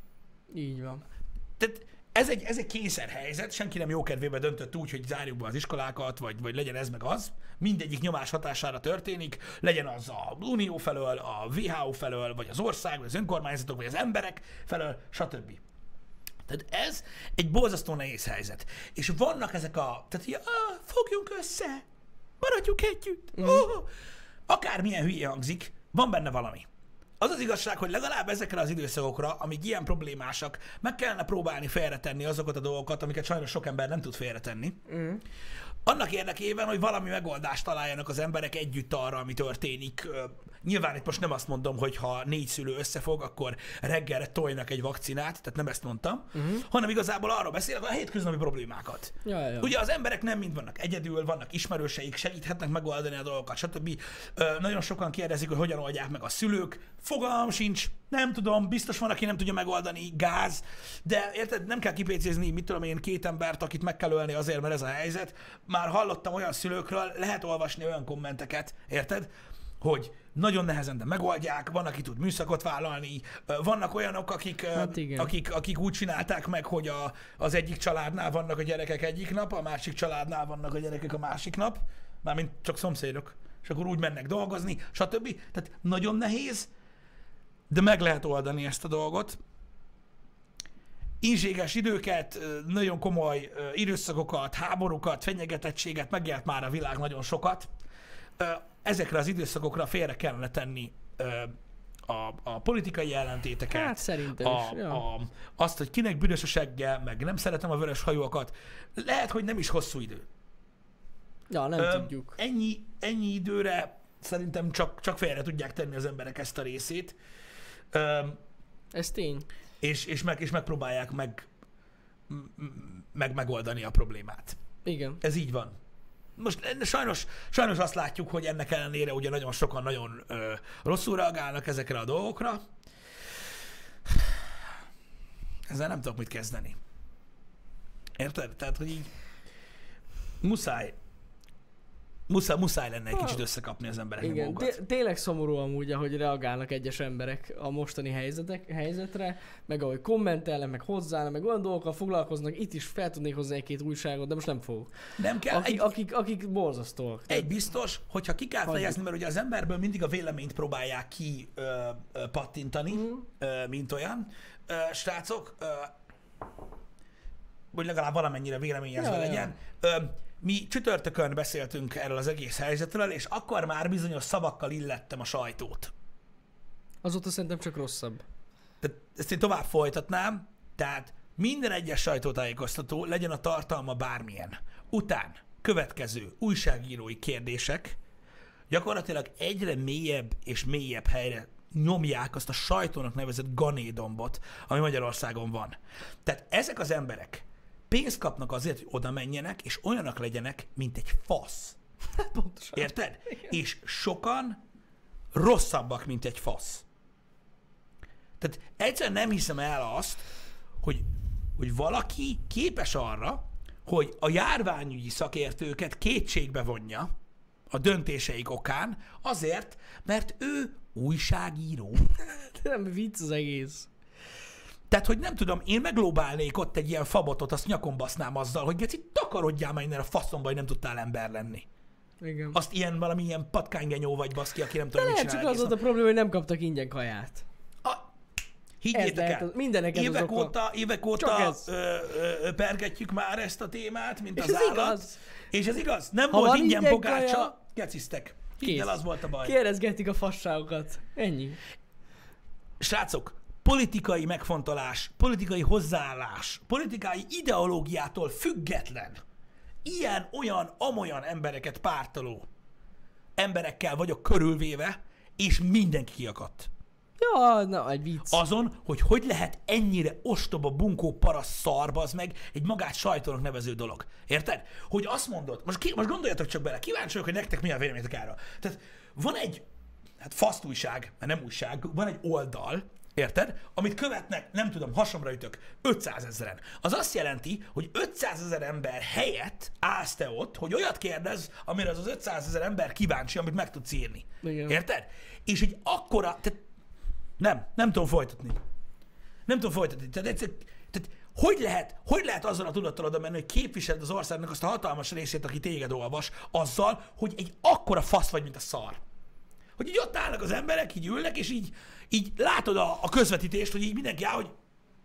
S2: Így van.
S1: Tehát ez egy, ez egy kényszerhelyzet, senki nem jó kedvébe döntött úgy, hogy zárjuk be az iskolákat, vagy, vagy legyen ez meg az. Mindegyik nyomás hatására történik, legyen az a Unió felől, a vé há o felől, vagy az ország, vagy az önkormányzatok, vagy az emberek felől, stb. Tehát ez egy borzasztó nehéz helyzet. És vannak ezek a, tehát hogy ah, fogjunk össze, maradjuk együtt, mm. oh, akármilyen hülye hangzik, van benne valami. Az az igazság, hogy legalább ezekre az időszakokra, amíg ilyen problémásak, meg kellene próbálni félretenni azokat a dolgokat, amiket sajnos sok ember nem tud félretenni. Mm. Annak érdekében, hogy valami megoldást találjanak az emberek együtt arra, ami történik. Nyilván itt most nem azt mondom, hogy ha négy szülő összefog, akkor reggelre tojnak egy vakcinát, tehát nem ezt mondtam, uh-huh. hanem igazából arról beszélek a hétköznapi problémákat.
S2: Ja, ja.
S1: Ugye az emberek nem mind vannak egyedül, vannak ismerőseik, segíthetnek megoldani a dolgokat, stb. Nagyon sokan kérdezik, hogy hogyan oldják meg a szülők. Fogalmam sincs, nem tudom, biztos van, aki nem tudja megoldani, gáz, de érted, nem kell kipécézni, mit tudom én, két embert, akit meg kell ölni azért, mert ez a helyzet. Már hallottam olyan szülőkről, lehet olvasni olyan kommenteket, érted, hogy nagyon nehezen, de megoldják, van, aki tud műszakot vállalni, vannak olyanok, akik,
S2: hát
S1: akik, akik úgy csinálták meg, hogy a, az egyik családnál vannak a gyerekek egyik nap, a másik családnál vannak a gyerekek a másik nap, mármint csak szomszédok, és akkor úgy mennek dolgozni, stb. Tehát nagyon nehéz, de meg lehet oldani ezt a dolgot. Inséges időket, nagyon komoly időszakokat, háborúkat, fenyegetettséget megélt már a világ nagyon sokat. Ezekre az időszakokra félre kellene tenni a, a politikai ellentéteket.
S2: Hát szerintem
S1: a,
S2: is, ja.
S1: a, azt, hogy kinek büdös a segge, meg nem szeretem a vörös hajúakat. Lehet, hogy nem is hosszú idő.
S2: Ja, nem Ö, tudjuk.
S1: Ennyi, ennyi időre szerintem csak, csak félre tudják tenni az emberek ezt a részét. Ö,
S2: Ez tény.
S1: És, és, meg, és megpróbálják meg, meg megoldani a problémát.
S2: Igen.
S1: Ez így van. Most sajnos, sajnos azt látjuk, hogy ennek ellenére ugye nagyon sokan nagyon ö, rosszul reagálnak ezekre a dolgokra. Ezzel nem tudok mit kezdeni. Érted? Tehát, hogy így muszáj, Muszáj, muszáj lenne egy kicsit összekapni az embereknek
S2: Igen,
S1: magukat.
S2: té- tényleg szomorú amúgy, ahogy reagálnak egyes emberek a mostani helyzetek, helyzetre, meg ahogy kommentelnek, meg hozzának, meg olyan dolgokkal foglalkoznak, itt is fel tudnék hozni egy-két újságot, de most nem fogok.
S1: Nem kell.
S2: Akik,
S1: Egy,
S2: akik, akik borzasztóak.
S1: egy biztos, hogyha ki kell
S2: Hagyjuk.
S1: fejezni, mert ugye az emberből mindig a véleményt próbálják ki ö, ö, pattintani,
S2: Mhm.
S1: ö, mint olyan. Ö, srácok, ö, hogy legalább valamennyire véleményezve
S2: Ja, ja.
S1: legyen. Ö, mi csütörtökön beszéltünk erről az egész helyzetről, és akkor már bizonyos szavakkal illettem a sajtót.
S2: Azóta szerintem csak rosszabb.
S1: Tehát ezt én tovább folytatnám, tehát minden egyes sajtótájékoztató, legyen a tartalma bármilyen. Után következő újságírói kérdések gyakorlatilag egyre mélyebb és mélyebb helyre nyomják azt a sajtónak nevezett ganédombot, ami Magyarországon van. Tehát ezek az emberek pénzt kapnak azért, hogy oda menjenek, és olyanak legyenek, mint egy fasz.
S2: Pontosan.
S1: Érted? És sokan rosszabbak, mint egy fasz. Tehát egyszerűen nem hiszem el azt, hogy, hogy valaki képes arra, hogy a járványügyi szakértőket kétségbe vonja a döntéseik okán, azért, mert ő újságíró.
S2: Nem vicc az egész.
S1: Tehát, hogy nem tudom, én meglóbálnék ott egy ilyen fabotot, azt nyakon basznám azzal, hogy geci, takarodjál már innen a faszomba, hogy nem tudtál ember lenni.
S2: Igen.
S1: Azt ilyen valami ilyen patkánygenyó vagy baszki, aki nem tudom, mit
S2: Lehet,
S1: csinál.
S2: csak az volt a probléma, hogy nem kaptak ingyen kaját.
S1: A...
S2: Ez
S1: Higgyétek
S2: lehet,
S1: el,
S2: az- mindennek ez az
S1: évek
S2: oka.
S1: óta, évek
S2: Csak
S1: óta
S2: ez.
S1: ö, ö, ö, pergetjük már ezt a témát, mint
S2: És
S1: az
S2: ez
S1: állat.
S2: igaz.
S1: És ez igaz. Nem
S2: Ha
S1: volt
S2: van
S1: ingyen
S2: ingyen
S1: pogácsa,
S2: kaja,
S1: keciztek.
S2: kész.
S1: Hidd el, az volt a baj.
S2: Kérdezgetik a fasságokat. Ennyi.
S1: Srácok, politikai megfontolás, politikai hozzáállás, politikai ideológiától független, ilyen, olyan, amolyan embereket pártoló emberekkel vagyok körülvéve, és mindenki kiakadt.
S2: Ja, na, egy vicc.
S1: Azon, hogy hogy lehet ennyire ostoba, bunkó, parasz, szar, bazd meg, egy magát sajtónak nevező dolog. Érted? Hogy azt mondod, most, ki, most gondoljatok csak bele, kíváncsi vagyok, hogy nektek mi a véleményetek erről. Tehát van egy, hát faszt újság, mert nem újság, van egy oldal, érted? Amit követnek, nem tudom, hasonra ütök, ötszázezren. Az azt jelenti, hogy ötszázezer ember helyett állsz te ott, hogy olyat kérdez, amire az az ötszázezer ember kíváncsi, amit meg tudsz írni.
S2: Igen.
S1: Érted? És egy akkora, tehát nem, nem tudom folytatni. Nem tudom folytatni. Tehát, egyszer, tehát hogy lehet, hogy lehet azzal a tudattal oda menni, hogy képviseled az országnak azt a hatalmas részét, aki téged olvas, azzal, hogy egy akkora fasz vagy, mint a szar. Hogy így ott állnak az emberek, így ülnek, és így, így látod a, a közvetítést, hogy így mindenki áll, hogy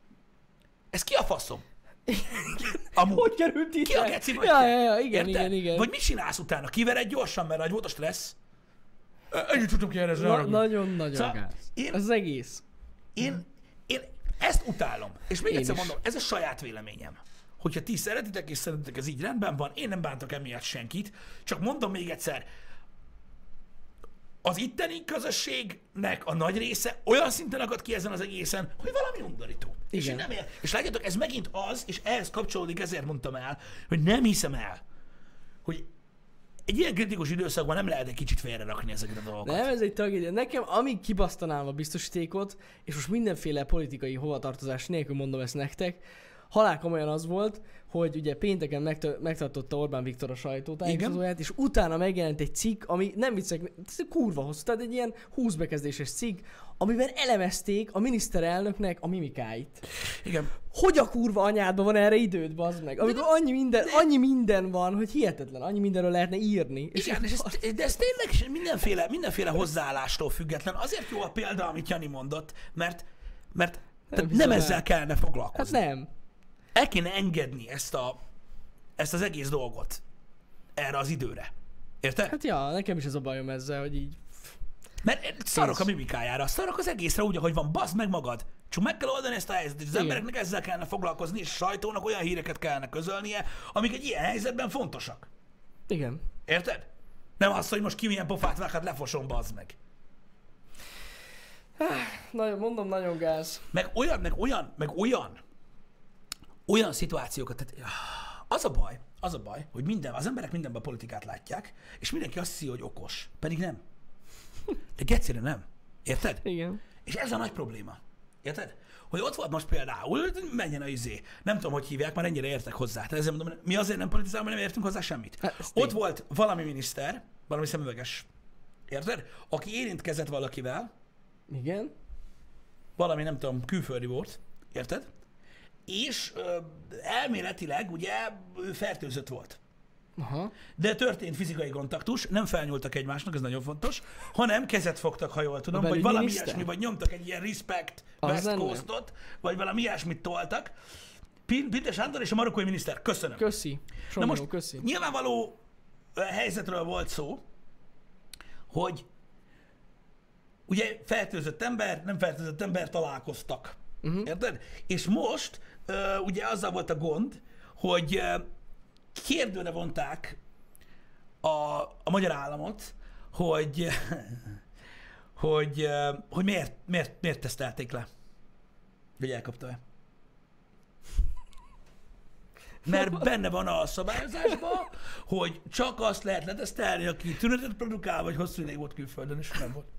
S1: ez ki a faszom? Amúgy.
S2: Hogy került itt?
S1: Ki a geci vagy
S2: Ja,
S1: te?
S2: ja, ja, igen,
S1: Érted?
S2: igen, igen.
S1: Vagy mit csinálsz utána? Kivered gyorsan, mert nagy volt a stressz? Ennyit tudok kérdezni.
S2: Na,
S1: arra.
S2: nagyon-nagyon
S1: Szóval
S2: gáz.
S1: én-
S2: Ez az egész.
S1: Én, én ezt utálom. És még
S2: Én
S1: egyszer
S2: is.
S1: mondom, ez a saját véleményem. Hogyha ti szeretitek, és szeretitek, ez így rendben van, én nem bántok emiatt senkit, csak mondom még egyszer, az itteni közösségnek a nagy része olyan szinten akad ki ezen az egészen, hogy valami undorító. És, én
S2: Igen.
S1: nem ér, és látjátok, ez megint az, és ehhez kapcsolódik, ezért mondtam el, hogy nem hiszem el, hogy egy ilyen kritikus időszakban nem lehet egy kicsit félrerakni ezeket a dolgokat.
S2: Nem, ez egy tragédia. Nekem, amíg kibasztanám a biztosítékot, és most mindenféle politikai hovatartozás nélkül mondom ezt nektek, halálkomolyan az volt, hogy ugye pénteken megtö- megtartotta Orbán Viktor a sajtótájékoztatóját, és utána megjelent egy cikk, ami nem viccek, ez kurva hosszú, tehát egy ilyen húsz bekezdéses cikk, amiben elemezték a miniszterelnöknek a mimikáit.
S1: Igen.
S2: Hogy a kurva anyádban van erre időd, bazd meg? Amikor annyi minden, annyi minden van, hogy hihetetlen, annyi mindenről lehetne írni. És
S1: Igen, és ez, de ez tényleg mindenféle, mindenféle hozzáállástól független. Azért jó a példa, amit Jani mondott, mert, mert nem,
S2: hiszem
S1: nem
S2: el.
S1: ezzel kellene
S2: Hát
S1: foglalkozni.
S2: nem.
S1: El kéne engedni ezt, a, ezt az egész dolgot erre az időre. Érted?
S2: Hát ja, nekem is ez a bajom ezzel, hogy így...
S1: Mert szarok a
S2: Kész.
S1: mimikájára, szarok az egészre úgy, ahogy van, bazd meg magad. Csak meg kell oldani ezt a helyzetet, és az
S2: Igen.
S1: embereknek ezzel kellene foglalkozni, és a sajtónak olyan híreket kellene közölnie, amik egy ilyen helyzetben fontosak.
S2: Igen.
S1: Érted? Nem az, hogy most ki milyen pofát vág, hát lefosom, bazd meg.
S2: Nagyon, mondom, nagyon gáz.
S1: Meg olyan, meg olyan, meg olyan, olyan szituációkat, tehát az a baj, az a baj, hogy minden, az emberek mindenben a politikát látják, és mindenki azt hiszi, hogy okos. Pedig nem. De gecire nem. Érted?
S2: Igen.
S1: És ez a nagy probléma. Érted? Hogy ott volt most például, menjen a izé. Nem tudom, hogy hívják, már ennyire értek hozzá. Tehát ezért mondom, mi azért nem politizálunk, mert nem értünk hozzá semmit.
S2: Hát,
S1: ott
S2: tény.
S1: volt valami miniszter, valami szemüveges. Érted? Aki érintkezett valakivel,
S2: Igen.
S1: valami nem tudom, külföldi volt. Érted? És ö, elméletileg ugye ő fertőzött volt.
S2: Aha.
S1: De történt fizikai kontaktus, nem felnyúltak egymásnak, ez nagyon fontos, hanem kezet fogtak, ha jól tudom,
S2: A
S1: vagy valami
S2: belügyminiszter?
S1: ilyesmi, vagy nyomtak egy ilyen respect
S2: Az
S1: West
S2: lenne?
S1: Coastot, vagy valami ilyesmit toltak. Pin- Pinter Sándor és a marokkói miniszter, köszönöm.
S2: Köszi.
S1: Na
S2: Somó,
S1: most
S2: köszi.
S1: nyilvánvaló ö, helyzetről volt szó, hogy ugye fertőzött ember, nem fertőzött ember találkoztak. Uh-huh. Érted? És most ö, ugye azzal volt a gond, hogy ö, kérdőre vonták a, a magyar államot, hogy, hogy, ö, hogy miért, miért, miért tesztelték le, hogy elkapta-e. Mert benne van a szabályozásban, hogy csak azt lehet letesztelni, aki tünetet produkál, vagy hosszú ideig volt külföldön, és nem volt.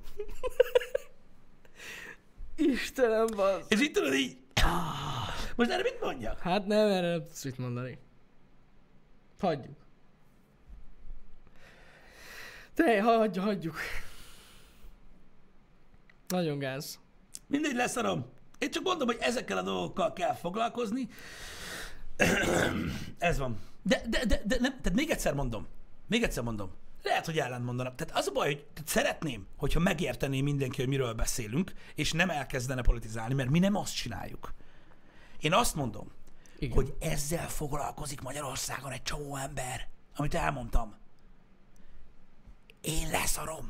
S2: Istenem, bazd.
S1: És így tudod így... Most erre mit mondjak?
S2: Hát nem, erre nem tudsz mit mondani. Hagyjuk. Te, hagyjuk, hagyjuk. Nagyon gáz.
S1: Mindegy, leszarom. Én csak mondom, hogy ezekkel a dolgokkal kell foglalkozni. Ez van. De, de, de, de nem, tehát még egyszer mondom. Még egyszer mondom. Lehet, hogy ellent mondanak. Tehát az a baj, hogy tehát szeretném, hogyha megértené mindenki, hogy miről beszélünk, és nem elkezdene politizálni, mert mi nem azt csináljuk. Én azt mondom,
S2: Igen.
S1: hogy ezzel foglalkozik Magyarországon egy csomó ember, amit elmondtam. Én leszarom.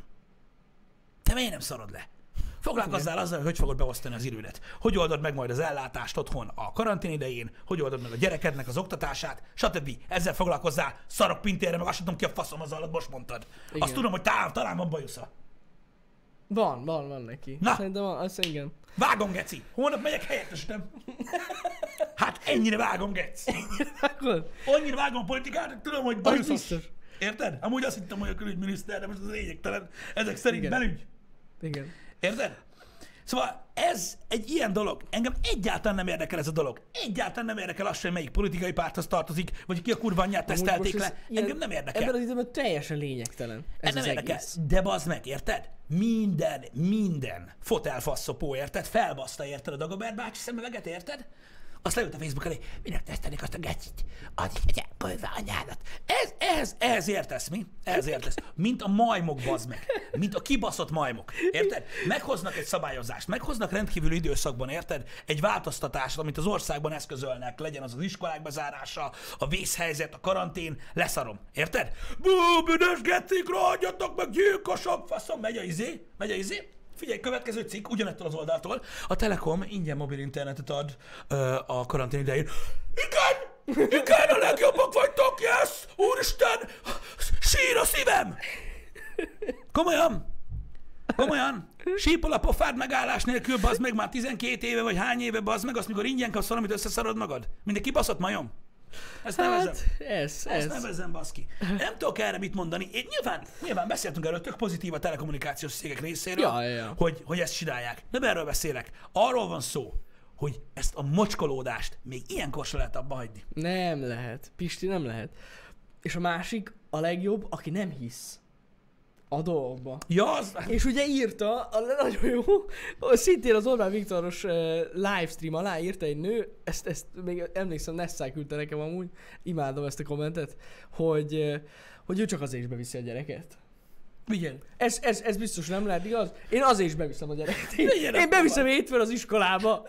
S1: Te miért nem szarod le? Foglalkozzál azzal, hogy hogy fogod beosztani az idődet. Hogy oldod meg majd az ellátást otthon a karantén idején, hogy oldod meg a gyerekednek az oktatását, stb. Ezzel foglalkozzál, szarok pintérre, meg azt tudom ki a faszom az alatt, most mondtad.
S2: Igen.
S1: Azt tudom, hogy tá- talán van bajusza.
S2: Van, van, van neki.
S1: Na.
S2: Szerintem van, azt igen.
S1: Vágom, geci. Holnap megyek helyettesítem. Hát ennyire vágom, geci.
S2: Akkor,
S1: Annyira vágom a politikát, hogy tudom, hogy
S2: az
S1: bajuszos.
S2: biztos.
S1: Érted? Amúgy azt hittem, hogy a külügyminiszter, de most az lényegtelen. Ezek szerint
S2: Igen.
S1: belügy.
S2: Igen.
S1: Érted? Szóval ez egy ilyen dolog. Engem egyáltalán nem érdekel ez a dolog. Egyáltalán nem érdekel az, hogy melyik politikai párthoz tartozik, vagy ki a kurva anyját
S2: Amúgy
S1: tesztelték
S2: most
S1: le.
S2: ez ilyen-
S1: Engem nem érdekel.
S2: Ebben az időben teljesen lényegtelen. Ez
S1: nem
S2: az
S1: érdekel.
S2: egész.
S1: De bazd meg, érted? Minden, minden fotelfaszopó, érted? Felbaszta, érted a Dagobert bácsi szemüveget, érted? Azt leült a Facebook elé, minek tesztelik azt a gecit? Adj egy kurva anyádat. Ez, ez, ez értesz mi? Ez értesz. Mint a majmok, bazd meg. Mint a kibaszott majmok. Érted? Meghoznak egy szabályozást, meghoznak rendkívüli időszakban, érted? Egy változtatást, amit az országban eszközölnek, legyen az az iskolák bezárása, a vészhelyzet, a karantén, leszarom. Érted? Bú, büdös gecik, rohadjatok meg, gyilkosok, faszom, megy a izé, megy a izé. Figyelj, következő cikk, ugyanettől az oldaltól. A Telekom ingyen mobil internetet ad ö, a karantén idején. Igen! Igen, a legjobbak vagytok, yes! Úristen! Sír a szívem! Komolyan? Komolyan? Sípol a pofád megállás nélkül, bazd meg már tizenkét éve, vagy hány éve, bazd meg, azt mikor ingyen kapsz valamit, összeszarod magad? Mind egy kibaszott majom? Ezt nevezem.
S2: Hát, ez,
S1: Ezt
S2: ez.
S1: nevezem, baszki. Nem tudok erre mit mondani. Én nyilván, nyilván beszéltünk erről, tök pozitív a telekommunikációs cégek részéről,
S2: Ja, ja, ja.
S1: Hogy, hogy ezt csinálják. Nem erről beszélek. Arról van szó, hogy ezt a mocskolódást még ilyenkor se lehet abba hagyni.
S2: Nem lehet. Pisti, nem lehet. És a másik, a legjobb, aki nem hisz a dolgokba.
S1: Ja, az...
S2: És ugye írta, a nagyon jó, szintén az Orbán Viktoros uh, livestream alá írta egy nő, ezt, ezt még emlékszem, Nessai küldte nekem amúgy, imádom ezt a kommentet, hogy, uh, hogy ő csak azért is beviszi a gyereket.
S1: Vigyen.
S2: Ez, ez, ez biztos nem lehet igaz. Én azért is beviszem a gyereket. Én,
S1: Vigyen
S2: én
S1: akkor
S2: beviszem
S1: van.
S2: hétfőn az iskolába.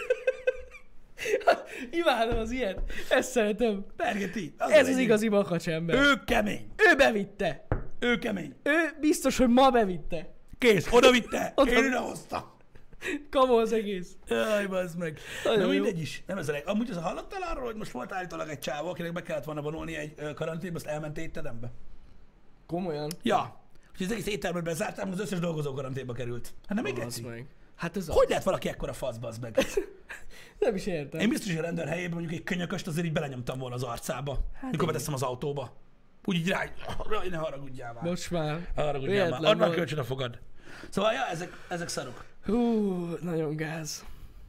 S2: Imádom az ilyet. Ezt szeretem.
S1: Pergeti. Az
S2: Ez
S1: a
S2: az
S1: lényeg.
S2: igazi makacsember.
S1: Ő kemény.
S2: Ő bevitte.
S1: Ő kemény.
S2: Ő biztos, hogy ma bevitte.
S1: Kész, oda vitte.
S2: Oda-
S1: Én idehoztam.
S2: Kamó az egész.
S1: Jaj, bazd meg.
S2: Nagyon
S1: Na
S2: jó.
S1: mindegy is. Nem ez a leg... Amúgy az hallottál arról, hogy most volt állítólag egy csávó, akinek be kellett volna vonulni egy ö, karanténba, azt elment étterembe.
S2: Komolyan?
S1: Ja. Úgyhogy az egész éttermet bezártam, az összes dolgozó karanténba került. Hát nem még
S2: Az
S1: geci?
S2: meg. Hát ez
S1: Hogy
S2: az.
S1: lehet valaki ekkora fasz, bazd meg?
S2: Nem is értem.
S1: Én biztos, hogy a rendőr helyében mondjuk egy könyököst azért így belenyomtam volna az arcába, hát mikor
S2: igen.
S1: beteszem az autóba. Úgy így rá, rá ne haragudjál már.
S2: Most már.
S1: Haragudjál már.
S2: Véletlen
S1: Add már
S2: volt.
S1: kölcsön a fogad. Szóval, ja, ezek, ezek szarok.
S2: Hú, nagyon gáz.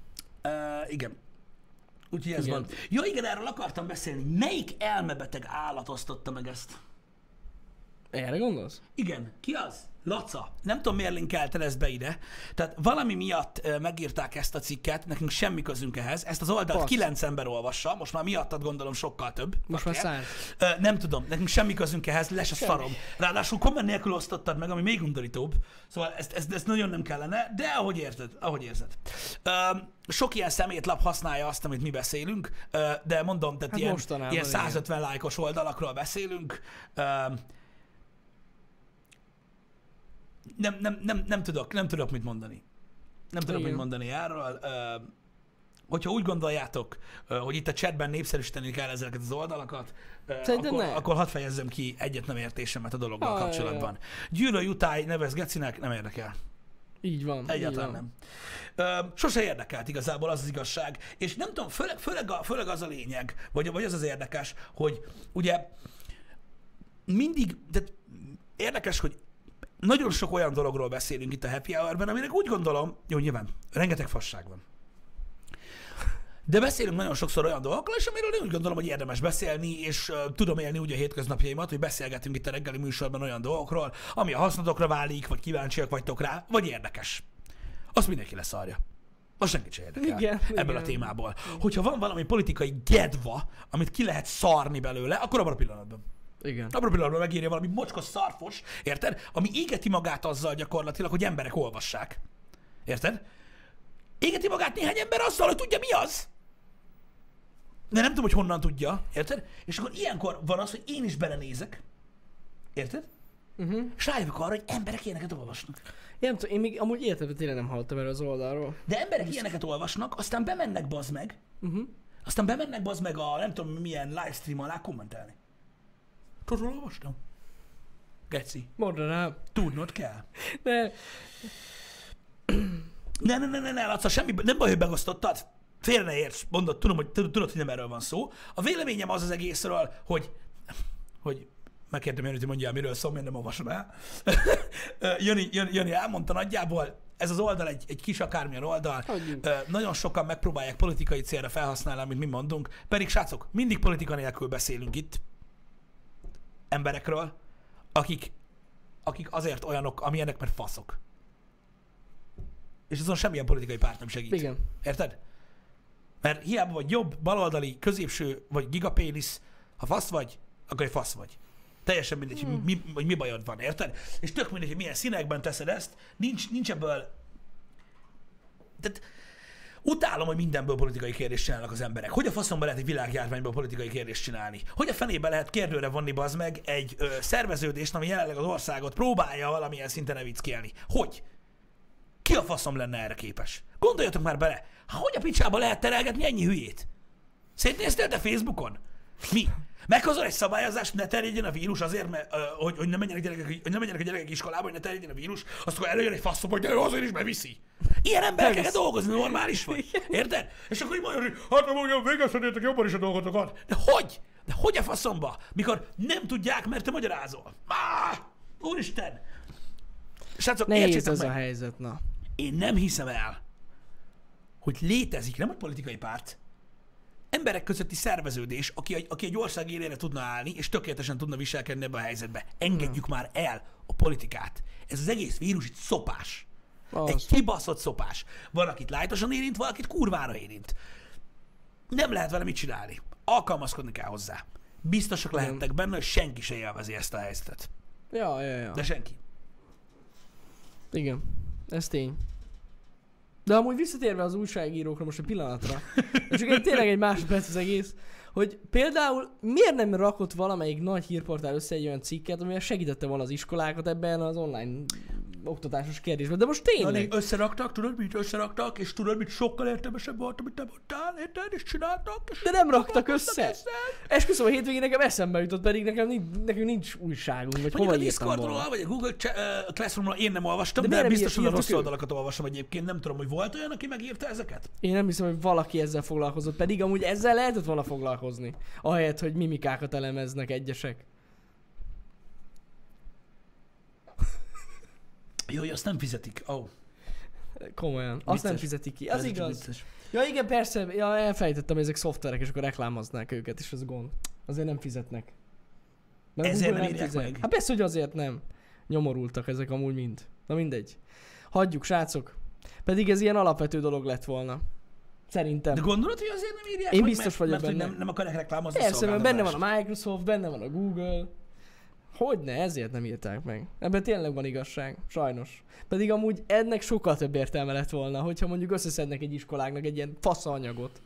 S1: Uh, igen. Úgyhogy ez
S2: Igen.
S1: van. Ja igen, erről akartam beszélni. Melyik elmebeteg állat osztotta meg ezt?
S2: Erre gondolsz?
S1: Igen. Ki az? Laca. Nem tudom, miért linkelted ezt be ide. Tehát valami miatt uh, megírták ezt a cikket, nekünk semmi közünk ehhez. Ezt az oldalt
S2: Passz.
S1: kilenc ember olvassa, most már miattad gondolom sokkal több.
S2: Most már
S1: Aki-
S2: száz.
S1: Uh, nem tudom, nekünk semmi közünk ehhez, le se
S2: Semmi.
S1: szarom. Ráadásul komment nélkül osztottad meg, ami még undorítóbb. Szóval ezt, ezt, ezt nagyon nem kellene, de ahogy érted, ahogy érzed. Uh, sok ilyen szemétlap használja azt, amit mi beszélünk, uh, de mondom, tehát
S2: Hát
S1: ilyen,
S2: mostanában,
S1: ilyen
S2: igen.
S1: százötven lájkos oldalakról beszélünk. Uh, nem, nem, nem, nem, tudok, nem tudok mit mondani. Nem tudok
S2: Igen.
S1: mit mondani erről. Uh, hogyha úgy gondoljátok, uh, hogy itt a chatben népszerűsíteni kell ezeket az oldalakat, uh,
S2: Szerintem
S1: akkor,
S2: ne.
S1: akkor hadd fejezzem ki egyet nem értésemet a dologgal
S2: Ah,
S1: kapcsolatban. Gyűlöl Jutály nevez Gecinek, nem érdekel.
S2: Így van.
S1: Egyáltalán
S2: így van.
S1: nem. Ö, sose érdekelt igazából, az az igazság. És nem tudom, főleg, főleg, a, főleg az a lényeg, vagy, vagy az az érdekes, hogy ugye mindig, de érdekes, hogy nagyon sok olyan dologról beszélünk itt a Happy Hour-ben, aminek úgy gondolom, jó, nyilván, rengeteg fasság van. De beszélünk nagyon sokszor olyan dolgokról, és amiről én úgy gondolom, hogy érdemes beszélni, és uh, tudom élni úgy a hétköznapjaimat, hogy beszélgetünk itt a reggeli műsorban olyan dolgokról, ami a hasznotokra válik, vagy kíváncsiak vagytok rá, vagy érdekes. Azt mindenki leszarja. Most senkit se érdekel
S2: Igen,
S1: ebből
S2: igen.
S1: a témából. Hogyha van valami politikai gedva, amit ki lehet szarni belőle, akkor abban a pillanatban.
S2: Igen.
S1: Abban a pillanatban megírja valami mocskos szarfos, érted? Ami égeti magát azzal gyakorlatilag, hogy emberek olvassák. Érted? Égeti magát néhány ember azzal, hogy tudja, mi az. De nem tudom, hogy honnan tudja, érted? És akkor ilyenkor van az, hogy én is belenézek, érted?
S2: Uh-huh.
S1: És rájövök arra, hogy emberek ilyeneket olvasnak.
S2: Én nem tudom, én még amúgy életemben tényleg nem hallottam erről az oldalról.
S1: De emberek ilyeneket olvasnak, aztán bemennek bazd meg,
S2: Uh-huh.
S1: aztán bemennek bazd meg a nem tudom milyen livestream alá kommentelni. Tudod, hol olvastam? Geci,
S2: Mondd rá.
S1: tudnod kell.
S2: De
S1: Ne, ne, ne, ne, ne, Laca, semmi, nem baj, hogy megosztottad. Félre ne érts, mondod, tudom, hogy, tudod, hogy nem erről van szó. A véleményem az az egészről, hogy, hogy megkértem Jönit, hogy mondja, miről szól, én nem olvasom el. Jöni, Jöni, Jöni elmondta nagyjából, ez az oldal egy, egy kis akármilyen oldal.
S2: Hagyjunk.
S1: Ö, Nagyon sokan megpróbálják politikai célra felhasználni, amit mi mondunk. Pedig, srácok, mindig politika nélkül beszélünk itt emberekről, akik, akik azért olyanok, amilyenek, mert faszok. És azon semmilyen politikai párt nem segít.
S2: igen.
S1: Érted? Mert hiába vagy jobb, baloldali, középső, vagy gigapénisz, ha fasz vagy, akkor egy fasz vagy. Teljesen mindegy, hmm. hogy mi, hogy mi bajod van, érted? És tök mindegy, hogy milyen színekben teszed ezt, nincs, nincs ebből... Tehát utálom, hogy mindenből politikai kérdést csinálnak az emberek. Hogy a faszomban lehet egy világjárványból politikai kérdést csinálni? Hogy a fenébe lehet kérdőre vonni, bazd meg, egy ö, szerveződést, ami jelenleg az országot próbálja valamilyen szinten evickélni? Hogy? Ki a faszom lenne erre képes? Gondoljatok már bele, hogy a picsába lehet terelgetni ennyi hülyét? Szétnéztél te Facebookon? Mi? Meghozol egy szabályozást, ne terjedjen a vírus azért, mert, uh, hogy, hogy, ne menjenek gyerekek, hogy ne menjenek a gyerekek iskolába, hogy ne terjedjen a vírus, azt akkor előjön egy faszom, hogy gyere azért is beviszi. Ilyen emberekkel kell dolgozni, normális vagy. Érted? És akkor így mondja, hogy hát amúgy végezhetétek jobban is a dolgotokat. De hogy? De hogy a faszomba? Mikor nem tudják, mert te magyarázol. Á, úristen! Srácok,
S2: Nehéz
S1: értsétek
S2: ez
S1: meg.
S2: a helyzet, na.
S1: Én nem hiszem el, hogy létezik, nem egy politikai párt, emberek közötti szerveződés, aki, egy- aki egy ország élére tudna állni, és tökéletesen tudna viselkedni ebbe a helyzetbe. Engedjük már el a politikát. Ez az egész vírus itt szopás.
S2: Az.
S1: Egy kibaszott szopás. Van, akit lájtosan érint, valakit kurvára érint. Nem lehet vele mit csinálni. Alkalmazkodni kell hozzá. Biztosak
S2: Igen.
S1: lehettek benne, hogy senki se élvezi ezt a helyzetet.
S2: Ja, ja, ja.
S1: De senki.
S2: Igen. Ez tény. De amúgy visszatérve az újságírókra most egy pillanatra, de csak egy, tényleg egy másodperc az egész, hogy például miért nem rakott valamelyik nagy hírportál össze egy olyan cikket, amivel segítette volna az iskolákat ebben az online oktatásos kérdésben. De most
S1: Na,
S2: tényleg.
S1: összeraktak, tudod, mit összeraktak, és tudod, mit sokkal értelmesebb volt, amit te mondtál, érted, és csináltak, és
S2: De nem raktak
S1: foglalkoztak
S2: össze.
S1: ezzel.
S2: Esküszöm, a hétvégén nekem eszembe jutott, pedig nekem nincs, nekünk nincs újságunk, vagy
S1: Mondjuk
S2: hova
S1: a
S2: írtam volna.
S1: Discordról, vagy a Google Chat- uh, Classroomról én nem olvastam,
S2: De
S1: de,
S2: miért
S1: de
S2: nem
S1: biztos, hogy a
S2: írtuk
S1: rossz
S2: ők?
S1: oldalakat olvasom egyébként. Nem tudom, hogy volt olyan, aki megírta ezeket?
S2: Én nem hiszem, hogy valaki ezzel foglalkozott, pedig amúgy ezzel lehetett volna foglalkozni. Ahelyett, hogy mimikákat elemeznek egyesek.
S1: Jó, hogy azt nem fizetik. Ó. Oh.
S2: Komolyan. Azt
S1: Vicces.
S2: nem fizetik ki. Az
S1: Ez csak
S2: igaz.
S1: vicces.
S2: Ja igen, persze, ja, elfejtettem, ezek szoftverek, és akkor reklámoznák őket, és ez gond. Azért nem fizetnek. Mert a
S1: Ezért
S2: Google
S1: nem írják
S2: fizet.
S1: meg?
S2: Hát persze, hogy azért nem. Nyomorultak ezek amúgy mind. Na mindegy. Hagyjuk, srácok. Pedig ez ilyen alapvető dolog lett volna. Szerintem.
S1: De gondolod, hogy azért nem írják
S2: Én
S1: meg,
S2: biztos
S1: mert,
S2: vagyok
S1: mert, hogy
S2: benne.
S1: nem, nem akarják reklámozni a
S2: Persze, mert benne van
S1: szolgáltatást.
S2: a Microsoft, benne van a Google. Hogyne, ezért nem írták meg. Ebben tényleg van igazság, sajnos. Pedig amúgy ennek sokkal több értelme lett volna, hogyha mondjuk összeszednek egy iskoláknak egy ilyen faszaanyagot.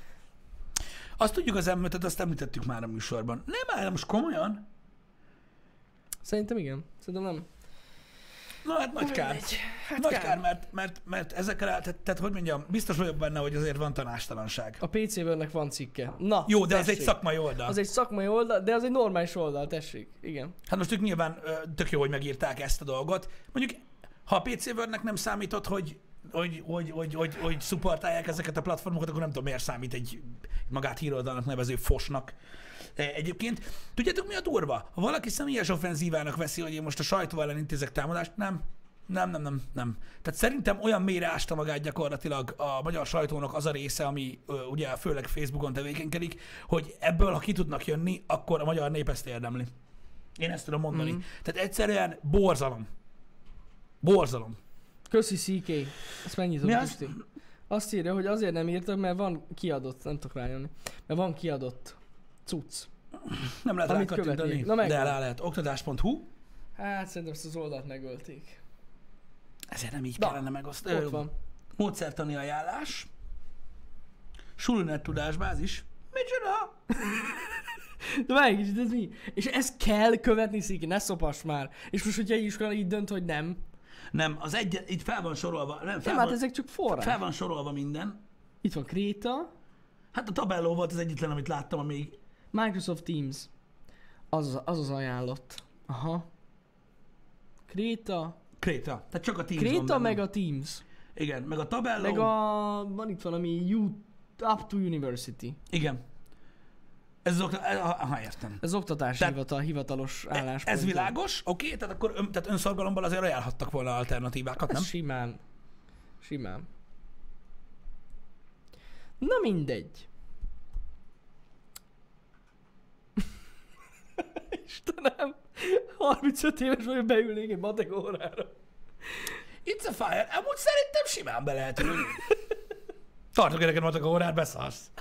S1: Azt tudjuk az em ötöt, azt említettük már a műsorban. Nem áll, most komolyan?
S2: Szerintem igen. Szerintem nem.
S1: Na hát nagy kár.
S2: Mindegy. Hát
S1: Nagy
S2: kár.
S1: kár, mert, mert, mert ezekkel, tehát, tehát hogy mondjam, biztos vagyok benne, hogy azért van tanástalanság.
S2: A pé cé bőrnek van cikke. Na,
S1: Jó, de az
S2: tessék.
S1: egy szakmai oldal.
S2: Az egy szakmai oldal, de az egy normális oldal, tessék. Igen.
S1: Hát most ők nyilván ö, tök jó, hogy megírták ezt a dolgot. Mondjuk, ha a pé cé Wordnek nem számított, hogy hogy, hogy, hogy, hogy, hogy szupportálják ezeket a platformokat, akkor nem tudom, miért számít egy magát híroldalnak nevező fosnak. Egyébként, tudjátok mi a durva? Ha valaki személyes offenzívának veszi, hogy én most a sajtó ellen intézek támadást, nem. Nem, nem, nem, nem. Tehát szerintem olyan mélyre ásta magát gyakorlatilag a magyar sajtónak az a része, ami ö, ugye főleg Facebookon tevékenykedik, hogy ebből, ha ki tudnak jönni, akkor a magyar nép ezt érdemli. Én ezt tudom mondani.
S2: Mhm.
S1: Tehát egyszerűen borzalom. Borzalom.
S2: Köszi cé ká. Ezt megnyitom,
S1: Mi az?
S2: Pisti. Azt írja, hogy azért nem írtak, mert van kiadott, nem tudok rájönni, mert van kiadott cucc.
S1: Nem lehet
S2: Amit
S1: rákattintani,
S2: követnék. Na,
S1: de
S2: megvan.
S1: rá lehet. Oktatás pont hu.
S2: Hát szerintem ezt az oldalt megölték.
S1: Ezért nem így
S2: Na,
S1: kellene megosztani.
S2: Ott van.
S1: Módszertani ajánlás. Sulinet tudásbázis. Micsoda?
S2: De várj egy kicsit, ez mi? És ezt kell követni, Sziki, ne szopass már. És most, hogyha egy iskola így dönt, hogy nem.
S1: Nem, az egy, itt fel van sorolva, nem, fel,
S2: Nem,
S1: van,
S2: hát ezek csak forrás.
S1: fel van sorolva minden.
S2: Itt van Kréta,
S1: Hát a tabelló volt az egyetlen, amit láttam, amíg...
S2: Microsoft Teams. Az az, az, az ajánlott. Aha. Kréta.
S1: Kréta. Tehát csak a Teams van
S2: Kréta
S1: benne.
S2: meg a Teams.
S1: Igen, meg a tabelló.
S2: Meg a... Van itt valami U... Up to University.
S1: Igen. Ez az okta... Aha, értem.
S2: Ez oktatási
S1: Tehát-
S2: hivatal, hivatalos álláspont.
S1: Ez világos, oké, okay, tehát akkor ön, tehát önszorgalomban azért ajánlhattak volna alternatívákat,
S2: Ez
S1: nem?
S2: simán. Simán. Na mindegy. Istenem, harmincöt éves vagyok, beülnék egy matek órára.
S1: It's a fire. Amúgy szerintem simán be lehet ülni. Tartok neked matek a órát, beszarsz.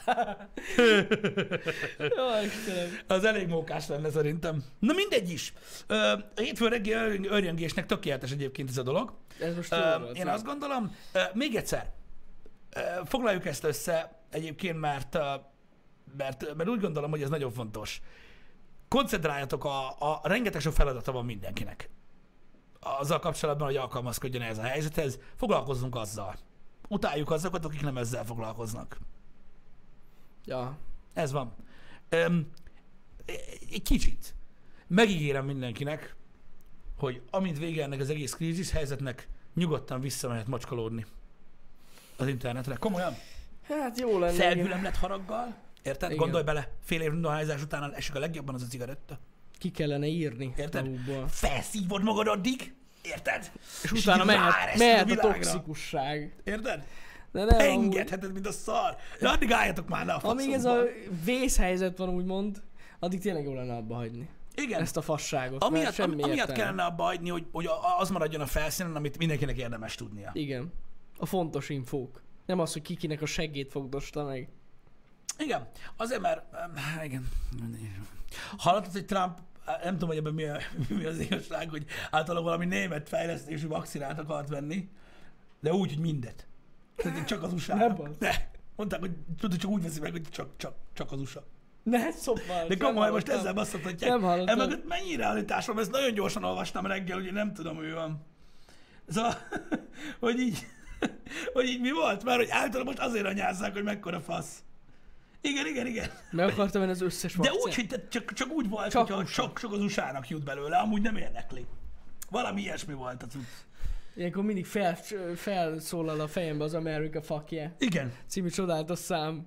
S2: Jó, Istenem.
S1: Az elég mókás lenne szerintem. Na mindegy is. Ö, a hétfő reggel örjöngésnek tökéletes egyébként ez a dolog.
S2: Ez most jó
S1: Ö,
S2: volt.
S1: én azt gondolom, ö, még egyszer, ö, foglaljuk ezt össze egyébként, mert, ö, mert, mert úgy gondolom, hogy ez nagyon fontos. Koncentráljatok, a, a rengeteg sok feladata van mindenkinek. Azzal kapcsolatban, hogy alkalmazkodjon ez a helyzethez, foglalkozzunk azzal. Utáljuk azokat, akik nem ezzel foglalkoznak.
S2: Ja.
S1: Ez van. Öm, egy kicsit. Megígérem mindenkinek, hogy amint vége ennek az egész krízis helyzetnek, nyugodtan visszamehet macskolódni az internetre. Komolyan.
S2: Hát jó lenne. igen.
S1: Felgyülemlett haraggal. Érted?
S2: Igen.
S1: Gondolj bele, fél év dohányzás után esik a legjobban az a cigaretta.
S2: Ki kellene írni
S1: Érted?
S2: magukból.
S1: Felszívod magad addig. Érted?
S2: És utána
S1: így
S2: mehet,
S1: ráereszted
S2: mehet a
S1: világra.
S2: toxikusság.
S1: Érted?
S2: De nem, amúgy,
S1: Pengetheted, mint a szar. De addig álljatok már le a
S2: amíg ez
S1: faszomba.
S2: a vészhelyzet van úgymond, addig tényleg jó lenne abba hagyni.
S1: Igen.
S2: Ezt a fasságot.
S1: Amiatt,
S2: mert semmi
S1: ami, amiatt
S2: értelme.
S1: kellene abba hagyni, hogy, hogy a- az maradjon a felszínen, amit mindenkinek érdemes tudnia.
S2: Igen. A fontos infók. Nem az, hogy kikinek a seggét fogdosta meg.
S1: Igen. Azért, mert... um, igen. Hallottad, hogy Trump, nem tudom, hogy ebben mi, a, mi az igazság, hogy általában valami német fejlesztésű vakcinát akart venni, de úgy, hogy mindet. Tehát csak az u es á.
S2: Nem baj.
S1: Ne. Mondták, hogy tudod, csak úgy veszi meg, hogy csak, csak, csak az u es á.
S2: Ne szopál.
S1: De komoly, most ezzel basszathatják.
S2: Nem hallottam.
S1: Emögött mennyi realitás van, ezt nagyon gyorsan olvastam reggel, ugye nem tudom, hogy van. Szóval, hogy így, hogy így mi volt? Mert hogy általában most azért anyázzák, hogy mekkora fasz. Igen, igen, igen.
S2: Meg akartam venni az összes
S1: De
S2: vakcinát.
S1: úgy, hogy te- csak, csak úgy volt,
S2: Csak
S1: hogy
S2: u es á.
S1: csak, csak az u es á-nak jut belőle, amúgy nem érdekli. Valami ilyesmi volt a cucc.
S2: Ilyenkor mindig fel, felszólal a fejembe az America Fuck Yeah
S1: Igen.
S2: című csodálatos szám.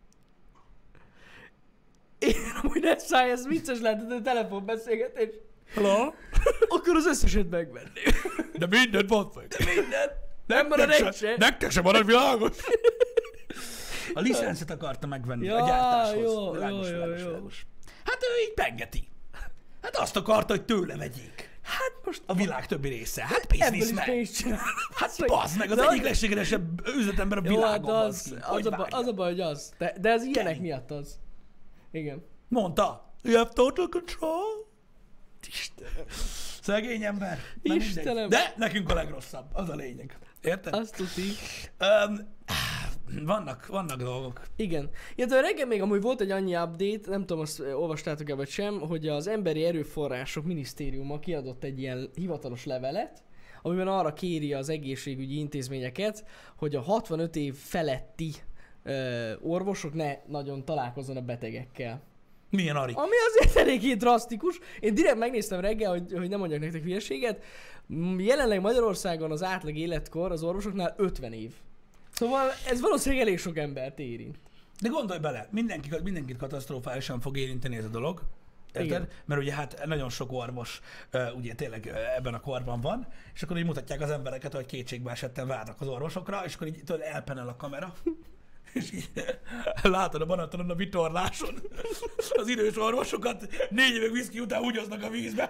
S2: Én amúgy ne szállj, ez vicces lehetett a telefonbeszélgetés.
S1: Hello?
S2: Akkor az összeset megvenném.
S1: De mindent volt meg.
S2: Minden. Nem marad
S1: Nektek
S2: egy
S1: se,
S2: se.
S1: nektek se marad világos. A licencet akarta megvenni
S2: Ja,
S1: a gyártáshoz.
S2: jó,
S1: Világos,
S2: jó, jó,
S1: világos,
S2: jó.
S1: világos. Hát ő így pengeti. Hát azt akarta, hogy tőle vegyék.
S2: Hát most
S1: A világ többi része. Hát
S2: ebből is
S1: businessman.
S2: pénzt csinál.
S1: Hát bazd meg, az
S2: De
S1: egyik
S2: az-
S1: legsikeresebb üzletember a
S2: Jó, hát
S1: világon.
S2: az,
S1: bazd ki.
S2: az,
S1: Hogy
S2: a, ba-
S1: vágja?
S2: az a baj, hogy az. De, de az ilyenek
S1: Kemény.
S2: miatt az. Igen.
S1: Mondta. You have total control. Istenem. Szegény ember. Na mindegy.
S2: Istenem.
S1: De nekünk a legrosszabb. Az a lényeg. Érted?
S2: Azt tuti.
S1: Um, vannak, vannak dolgok.
S2: Igen. Illetve reggel még amúgy volt egy annyi update, nem tudom, azt olvastátok-e vagy sem, hogy az Emberi Erőforrások Minisztériuma kiadott egy ilyen hivatalos levelet, amiben arra kéri az egészségügyi intézményeket, hogy a hatvanöt év feletti ö, orvosok ne nagyon találkozzanak betegekkel.
S1: Milyen ari?
S2: Ami azért eléggé drasztikus. Én direkt megnéztem reggel, hogy, hogy nem mondjak nektek hülyeséget. M- Jelenleg Magyarországon az átlag életkor az orvosoknál ötven év. Szóval ez valószínűleg elég sok embert érint.
S1: De gondolj bele, mindenki, mindenkit katasztrofálisan fog érinteni ez a dolog. Érted?
S2: Igen.
S1: Mert ugye hát nagyon sok orvos uh, ugye tényleg uh, ebben a korban van, és akkor így mutatják az embereket, hogy kétségbe esetten várnak az orvosokra, és akkor így tudod, elpenel a kamera. És így látod a Balatonon a vitorláson az idős orvosokat, négy évek viszki után húgyoznak a vízbe.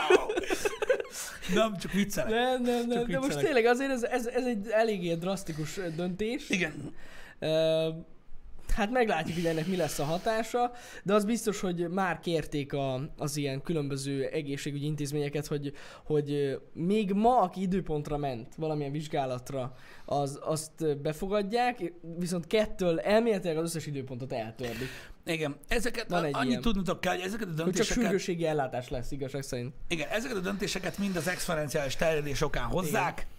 S1: Nem, csak viccelek.
S2: Nem, nem, nem. De most
S1: viccelek.
S2: tényleg azért ez, ez, ez egy eléggé drasztikus döntés.
S1: Igen.
S2: Uh, hát meglátjuk, hogy ennek mi lesz a hatása, de az biztos, hogy már kérték a, az ilyen különböző egészségügyi intézményeket, hogy, hogy még ma, aki időpontra ment valamilyen vizsgálatra, az, azt befogadják, viszont kettől elméletileg az összes időpontot eltörlik.
S1: Igen. Ezeket,
S2: Van egy
S1: annyit
S2: ilyen.
S1: tudnotok kell, hogy ezeket a
S2: Hogy csak
S1: döntéseket...
S2: sürgősségi ellátás lesz, igazság szerint.
S1: Igen, ezeket a döntéseket mind az exponenciális terjedés okán hozzák. Igen.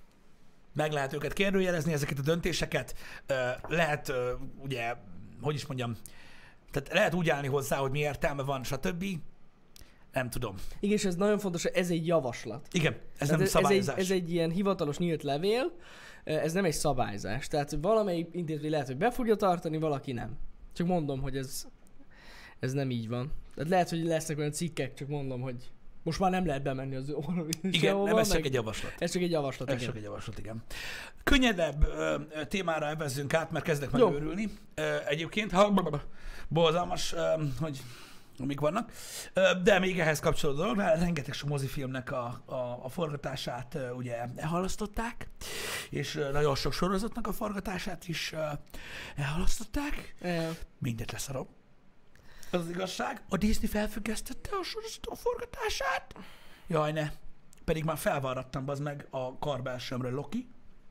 S1: Meg lehet őket kérdőjelezni, ezeket a döntéseket. Ö, lehet, ö, ugye, hogy is mondjam, tehát lehet úgy állni hozzá, hogy mi értelme van, stb. Nem tudom.
S2: Igen, és ez nagyon fontos, hogy ez egy javaslat.
S1: Igen, ez
S2: Tehát
S1: nem
S2: ez,
S1: szabályozás.
S2: egy, ez egy ilyen hivatalos nyílt levél, ez nem egy szabályzás. Tehát valamelyik intézmény lehet, hogy be fogja tartani, valaki nem. Csak mondom, hogy ez, ez nem így van. Tehát lehet, hogy lesznek olyan cikkek, csak mondom, hogy most már nem lehet bemenni az orvosi.
S1: Igen, nem, ez csak egy javaslat.
S2: Ez csak egy javaslat,
S1: Ez
S2: igen.
S1: csak egy javaslat, igen. Könnyedebb ö, ö, témára evezzünk át, mert kezdek
S2: Jó.
S1: megőrülni. Ö, egyébként, ha borzalmas, ö, hogy amik vannak. Ö, de még ehhez kapcsolódó dolog, rengeteg sok mozifilmnek a, a, a forgatását ö, ugye elhalasztották, és ö, nagyon sok sorozatnak a forgatását is ö, elhalasztották.
S2: E,
S1: Mindet leszarom. Az az igazság. A Disney felfüggesztette a sorozatok forgatását. Jaj, ne. Pedig már felvarrattam, bazd meg, a karbelsemről, Loki.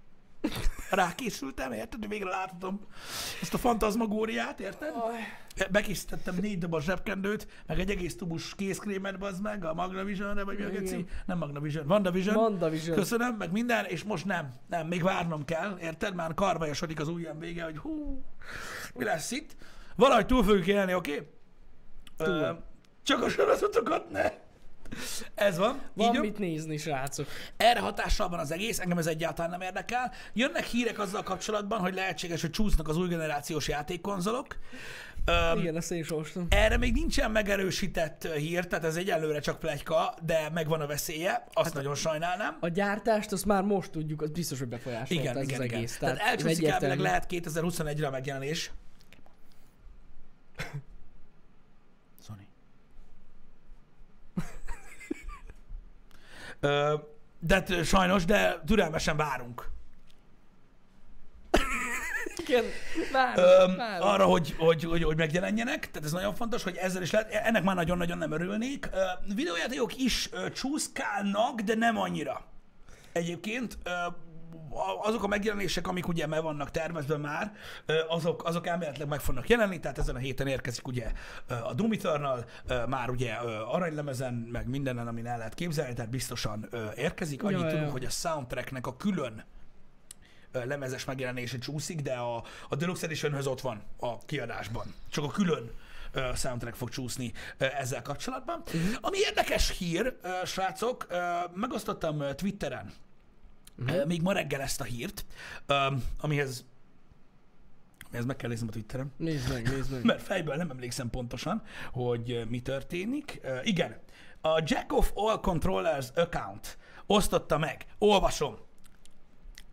S1: Rákészültem, érted? Hogy végre láthatom ezt a fantazmagóriát, érted? Bekészítettem négy doboz zsebkendőt, meg egy egész tubus kézkrémet, bazd meg, a Magnavision-re, vagy mi a geci?
S2: Igen.
S1: Nem Magnavision, WandaVision.
S2: WandaVision.
S1: Köszönöm, meg minden, és most nem. Nem, még várnom kell, érted? Már karbajosodik az ujjam vége, hogy hú, mi lesz itt? Valahogy túl fogjuk élni, oké? Okay? Ö, csak a sorozatokat ne. Ez van.
S2: van
S1: így
S2: mit nézni, srácok.
S1: Erre hatással van az egész, engem ez egyáltalán nem érdekel. Jönnek hírek azzal kapcsolatban, hogy lehetséges, hogy csúsznak az új generációs játékkonzolok. Öm,
S2: Igen, ezt én is olvastam.
S1: Erre még nincsen megerősített hír, tehát ez egyelőre csak pletyka, de megvan a veszélye, azt hát nagyon sajnálnám.
S2: A gyártást azt már most tudjuk, az biztos, hogy befolyásolta
S1: Igen,
S2: ez
S1: igen,
S2: az
S1: igen.
S2: egész.
S1: Tehát, tehát
S2: ez
S1: elcsúszik
S2: egyértelmű.
S1: elvileg lehet kétezer-huszonegyre a megjelenés. Sony. Ö, de hát sajnos, de türelmesen várunk.
S2: Igen, várom,
S1: Öm,
S2: várom.
S1: arra, hogy, hogy, hogy, hogy megjelenjenek, tehát ez nagyon fontos, hogy ezzel is lehet, ennek már nagyon-nagyon nem örülnék. Ö, videójátékok is ö, csúszkálnak, de nem annyira. Egyébként ö, azok a megjelenések, amik ugye meg vannak tervezve már, ö, azok, azok elméletileg meg fognak jelenni, tehát ezen a héten érkezik ugye ö, a Doom Eternal, ö, már ugye ö, aranylemezen, meg mindenen, amin el lehet képzelni, tehát biztosan ö, érkezik. Annyit
S2: Ja,
S1: tudunk,
S2: ja.
S1: hogy a soundtracknek a külön lemezes megjelenése csúszik, de a, a Deluxe Editionhöz ott van a kiadásban. Csak a külön uh, soundtrack fog csúszni uh, ezzel kapcsolatban. Uh-huh. Ami érdekes hír, uh, srácok, uh, megosztottam uh, Twitteren uh-huh. uh, még ma reggel ezt a hírt, um, amihez, amihez meg kell néznem a Twitteren.
S2: Nézd meg, nézd meg.
S1: Mert fejből nem emlékszem pontosan, hogy uh, mi történik. Uh, igen, a Jack of All Controllers account osztotta meg, olvasom,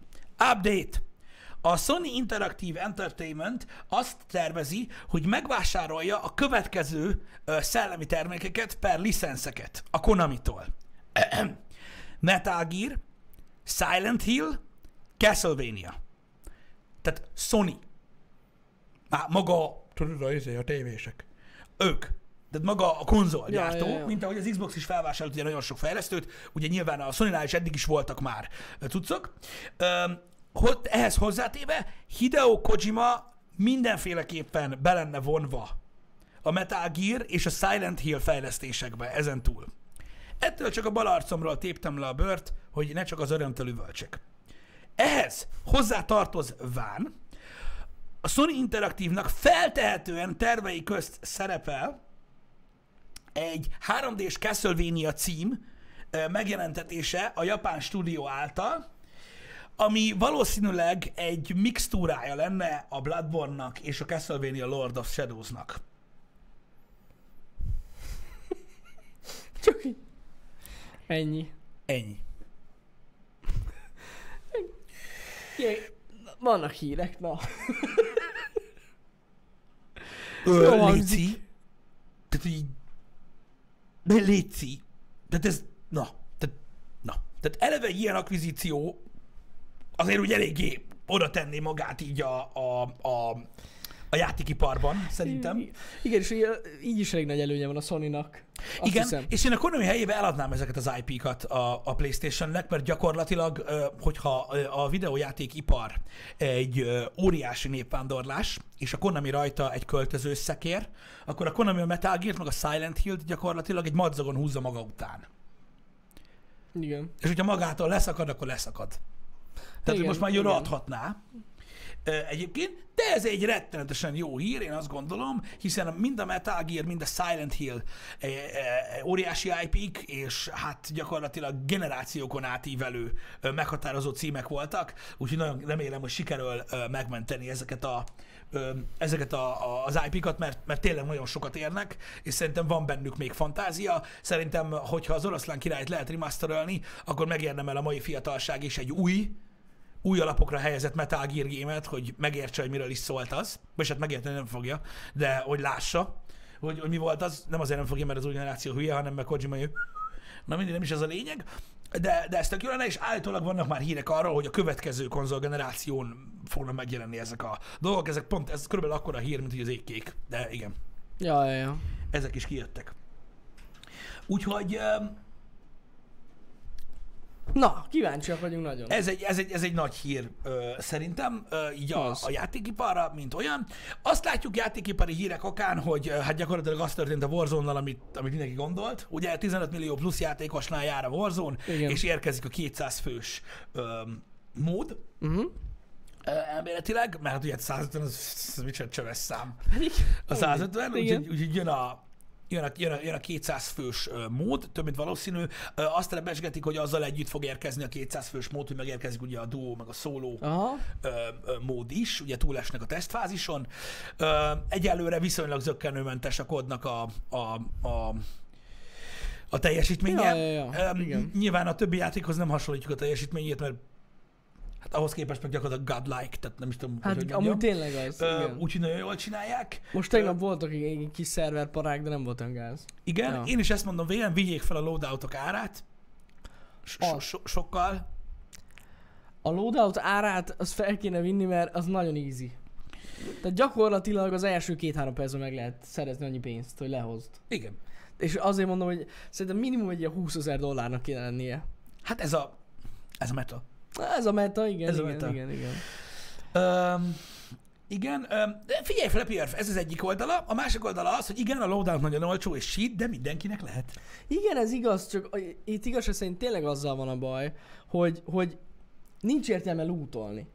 S1: Update. A Sony Interactive Entertainment azt tervezi, hogy megvásárolja a következő ö, szellemi termékeket per licenszeket a Konamitól. Metal Gear, Silent Hill, Castlevania. Tehát Sony. Már maga, tudod, a tévések. Ők. Tehát maga a konzolgyártó, ja, ja, ja. mint ahogy az Xbox is felvásárolt ugye nagyon sok fejlesztőt, ugye nyilván a Sonynál is eddig is voltak már cuccok. Ehhez hozzátéve Hideo Kojima mindenféleképpen be lenne vonva a Metal Gear és a Silent Hill fejlesztésekbe ezen túl. Ettől csak a bal arcomról téptem le a bőrt, hogy ne csak az örömtől üvöltsek. Ehhez hozzá tartozván a Sony Interactive-nak feltehetően tervei közt szerepel egy három dés Castlevania cím megjelentetése a japán stúdió által, ami valószínűleg egy mixtúrája lenne a Bloodborne-nak és a Castlevania Lord of Shadows-nak.
S2: Csak így. Ennyi.
S1: Ennyi.
S2: Jé, vannak hírek, na.
S1: Ö, Léci. Tehát így... De Léci. Tehát ez... Na. Tehát... Na. Tehát eleve ilyen akvizíció azért úgy eléggé oda tenné magát így a, a, a, a játékiparban, szerintem.
S2: Igen, és így is elég nagy előnye van a Sony-nak.
S1: Igen,
S2: hiszem.
S1: és én a Konami helyébe eladnám ezeket az i pé-kat a, a PlayStation-nek, mert gyakorlatilag, hogyha a videójátékipar egy óriási népvándorlás, és a Konami rajta egy költöző szekér, akkor a Konami a Metal Gear-t, meg a Silent Hill-t gyakorlatilag egy madzagon húzza maga után.
S2: Igen.
S1: És hogyha magától leszakad, akkor leszakad. Tehát igen, most már jól adhatná egyébként, de ez egy rettenetesen jó hír, én azt gondolom, hiszen mind a Metal Gear, mind a Silent Hill e, e, óriási i pé-k, és hát gyakorlatilag generációkon átívelő e, meghatározó címek voltak, úgyhogy nagyon remélem, hogy sikerül e, megmenteni ezeket, a, e, ezeket a, a, az i pé-kat, mert, mert tényleg nagyon sokat érnek, és szerintem van bennük még fantázia. Szerintem, hogyha az Oroszlán királyt lehet remasterölni, akkor megérdemel a mai fiatalság is egy új, új alapokra helyezett Metal Gear game-et, hogy megértse, hogy miről is szólt az. Vagy hát megérteni nem fogja, de hogy lássa, hogy, hogy mi volt az. Nem azért nem fogja, mert az új generáció hülye, hanem mert Kojima jö. Na mindig nem is az a lényeg. De, de ez tök jó lenne, és állítólag vannak már hírek arról, hogy a következő konzolgeneráción fognak megjelenni ezek a dolgok. Ezek pont, ez körülbelül akkora hír, mint hogy az égkék. De igen.
S2: Ja, ja, ja.
S1: Ezek is kijöttek. Úgyhogy...
S2: Na, kíváncsiak vagyunk nagyon.
S1: Ez egy, ez egy, ez egy nagy hír ö, szerintem, ö, így a, a játékiparra, mint olyan. Azt látjuk játékipari hírek okán, hogy ö, hát gyakorlatilag az történt a Warzone-nal, amit, amit mindenki gondolt. Ugye tizenöt millió plusz játékosnál jár a Warzone, igen. És érkezik a kétszáz fős ö, mód. Uh-huh. Elméletileg, mert hát ugye százötven az, az micsoda csöves szám. A százötven, úgyhogy úgy, jön a Jön a, jön, a, jön a kétszáz fős uh, mód, több mint valószínű. Uh, azt rebesgetik, hogy azzal együtt fog érkezni a kétszáz fős mód, hogy megérkezik ugye a duo, meg a solo uh, uh, mód is, ugye túlesnek a tesztfázison. Uh, egyelőre viszonylag zökkenőmentes a kodnak a, a, a, a teljesítménye.
S2: Ja, ja, ja.
S1: Um, nyilván a többi játékhoz nem hasonlítjuk a teljesítményét, mert hát ahhoz képest meg gyakorlatilag godlike, tehát nem is tudom,
S2: hát hogy amúgy tényleg az,
S1: uh, úgyhogy nagyon jól csinálják.
S2: Most tegnap uh, voltak egy kis szerverparák, de nem volt olyan gáz.
S1: Igen, ja. Én is ezt mondom, végén vigyék fel a loadoutok árát, so, so, sokkal.
S2: A loadout árát az fel kéne vinni, mert az nagyon easy. Tehát gyakorlatilag az első két-három percben meg lehet szerezni annyi pénzt, hogy lehozd.
S1: Igen.
S2: És azért mondom, hogy szerintem minimum egy ilyen húszezer dollárnak kéne lennie.
S1: Hát ez a, ez a meta.
S2: Ez a meta, igen,
S1: ez
S2: igen,
S1: a meta.
S2: igen, igen.
S1: Um, igen, um, figyelj fel, Pierre, ez az egyik oldala. A másik oldala az, hogy igen, a loadout nagyon olcsó és shit, de mindenkinek lehet.
S2: Igen, ez igaz, csak itt igazság szerint tényleg azzal van a baj, hogy, hogy nincs értelme lootolni.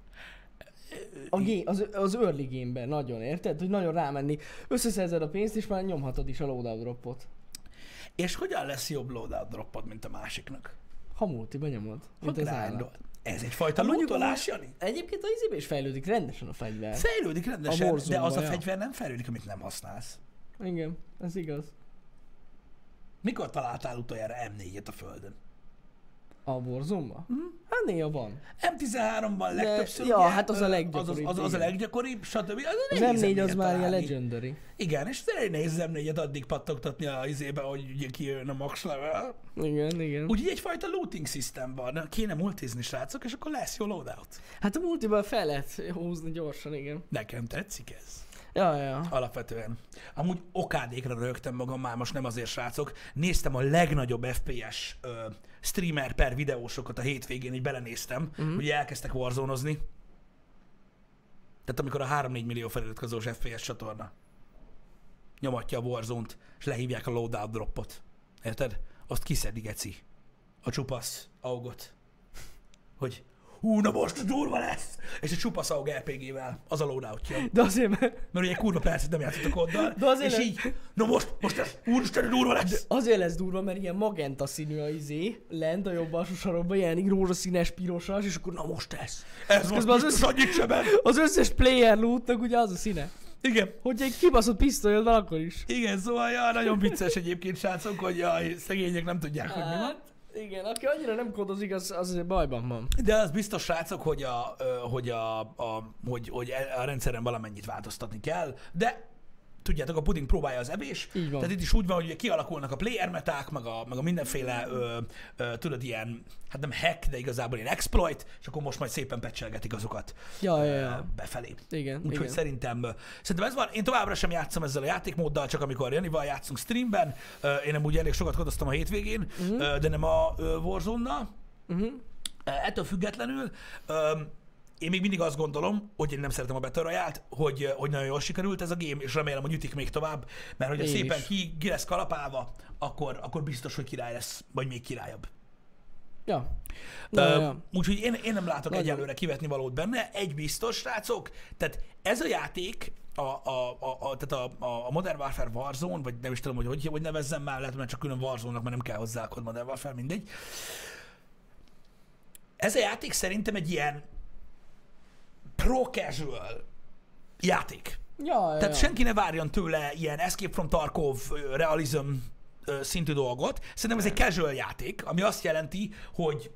S2: A game, az, az early game-ben nagyon, érted? Hogy nagyon rámenni. Összeszerzed a pénzt, és már nyomhatod is a loadout droppot.
S1: És hogyan lesz jobb loadout droppod, mint a másiknak?
S2: Ha multiba nyomod.
S1: Hogy grindol? Ez egyfajta lootolás, Jani?
S2: Egyébként az izébe is fejlődik rendesen a fegyver.
S1: Fejlődik rendesen,
S2: a
S1: de az a
S2: ja.
S1: fegyver nem fejlődik, amit nem használsz.
S2: Igen, ez igaz.
S1: Mikor találtál utoljára em négyet a földön?
S2: A Warzone-ba? Hm? Hát néha van.
S1: em tizenháromban
S2: De-
S1: legtöbbször,
S2: ja,
S1: ugye,
S2: hát az a
S1: ö,
S2: leggyakoribb,
S1: Az, az, az a
S2: igen.
S1: leggyakoribb, stb. Az,
S2: Az
S1: nehéz
S2: em négy az
S1: em négyet
S2: már ilyen
S1: találni.
S2: legendary.
S1: Igen, és elég nehéz az em négyet addig pattogtatni a izébe, hogy ugye kijön a max level.
S2: Igen, igen.
S1: Úgyhogy egyfajta looting system van. Kéne multizni, srácok, és akkor lesz jó loadout.
S2: Hát a multiban fel lehet húzni gyorsan, igen.
S1: Nekem tetszik ez.
S2: Ja, ja.
S1: Alapvetően. Amúgy okádékra rögtem magam, már most nem azért, srácok. Néztem a legnagyobb ef pé es ö, streamer per videósokat a hétvégén, így belenéztem, uh-huh. ugye elkezdtek warzone-ozni. Tehát amikor a három-négy millió feliratkozós ef pé es csatorna nyomatja a Warzone-t, és lehívják a loadout dropot. Érted? Azt kiszedi, geci. A csupasz augot. Hogy hú, na most durva lesz! És a csupasz aug er pé gé-vel. Az a loadoutja.
S2: De azért, mert,
S1: Mert ugye egy kurva percet nem játszottak oddal,
S2: De azért
S1: és
S2: le-
S1: így, na most, most lesz, úristen, durva lesz!
S2: azért lesz durva, mert ilyen magenta színű a izé, lent a jobb alsó sarokban, ilyen rózsaszínes, pirosas, és akkor na most ez.
S1: Ez most
S2: közben az
S1: biztos
S2: össze-
S1: annyit sebel.
S2: Az összes player lootnak ugye az a színe.
S1: Igen,
S2: Hogyha egy kibaszott pisztolyod van, akkor is.
S1: igen, szóval ja, nagyon vicces egyébként, srácok, hogy jaj, szegények nem tudják, hogy mi van.
S2: Hát, igen, aki annyira nem kódozik, az, az azért bajban van.
S1: De az biztos, srácok, hogy a, ö, hogy a, a, hogy, hogy a rendszeren valamennyit változtatni kell, de tudjátok, a puding próbálja az evés.
S2: Így van.
S1: Tehát itt is úgy van, hogy ugye kialakulnak a player meták, meg a, meg a mindenféle, ö, ö, tudod, ilyen, hát nem hack, de igazából ilyen exploit, és akkor most majd szépen patchelgetik azokat
S2: Ja, ja,
S1: ö,
S2: ja.
S1: befelé.
S2: Igen,
S1: Úgyhogy
S2: igen.
S1: szerintem, ö, szerintem ez van. Én továbbra sem játszom ezzel a játékmóddal, csak amikor Janival játszunk streamben. Ö, Én nem úgy elég sokat kodoztam a hétvégén, uh-huh. de nem a ö, Warzone-nal.
S2: Uh-huh.
S1: Ettől függetlenül ö, én még mindig azt gondolom, hogy én nem szeretem a Battle Royale-t, hogy, hogy nagyon jól sikerült ez a game, és remélem, hogy ütik még tovább, mert hogyha
S2: Én
S1: szépen
S2: is.
S1: ki, ki lesz kalapálva, akkor, akkor biztos, hogy király lesz, vagy még királyabb.
S2: Ja.
S1: Ö,
S2: Ja, ja.
S1: Úgyhogy én, én nem látok
S2: Nagyon.
S1: egyelőre kivetni valót benne. Egy biztos, srácok, tehát ez a játék, a, a, a, a, tehát a, a Modern Warfare Warzone, vagy nem is tudom, hogy hogy, hogy nevezzem már, lehet, mert csak külön Warzone-nak, mert nem kell hozzá a Modern Warfare, mindegy. Ez a játék szerintem egy ilyen pro-casual játék.
S2: Ja, ja,
S1: Tehát
S2: ja.
S1: senki ne várjon tőle ilyen Escape from Tarkov ö, realism ö, szintű dolgot. Szerintem ez egy casual játék, ami azt jelenti, hogy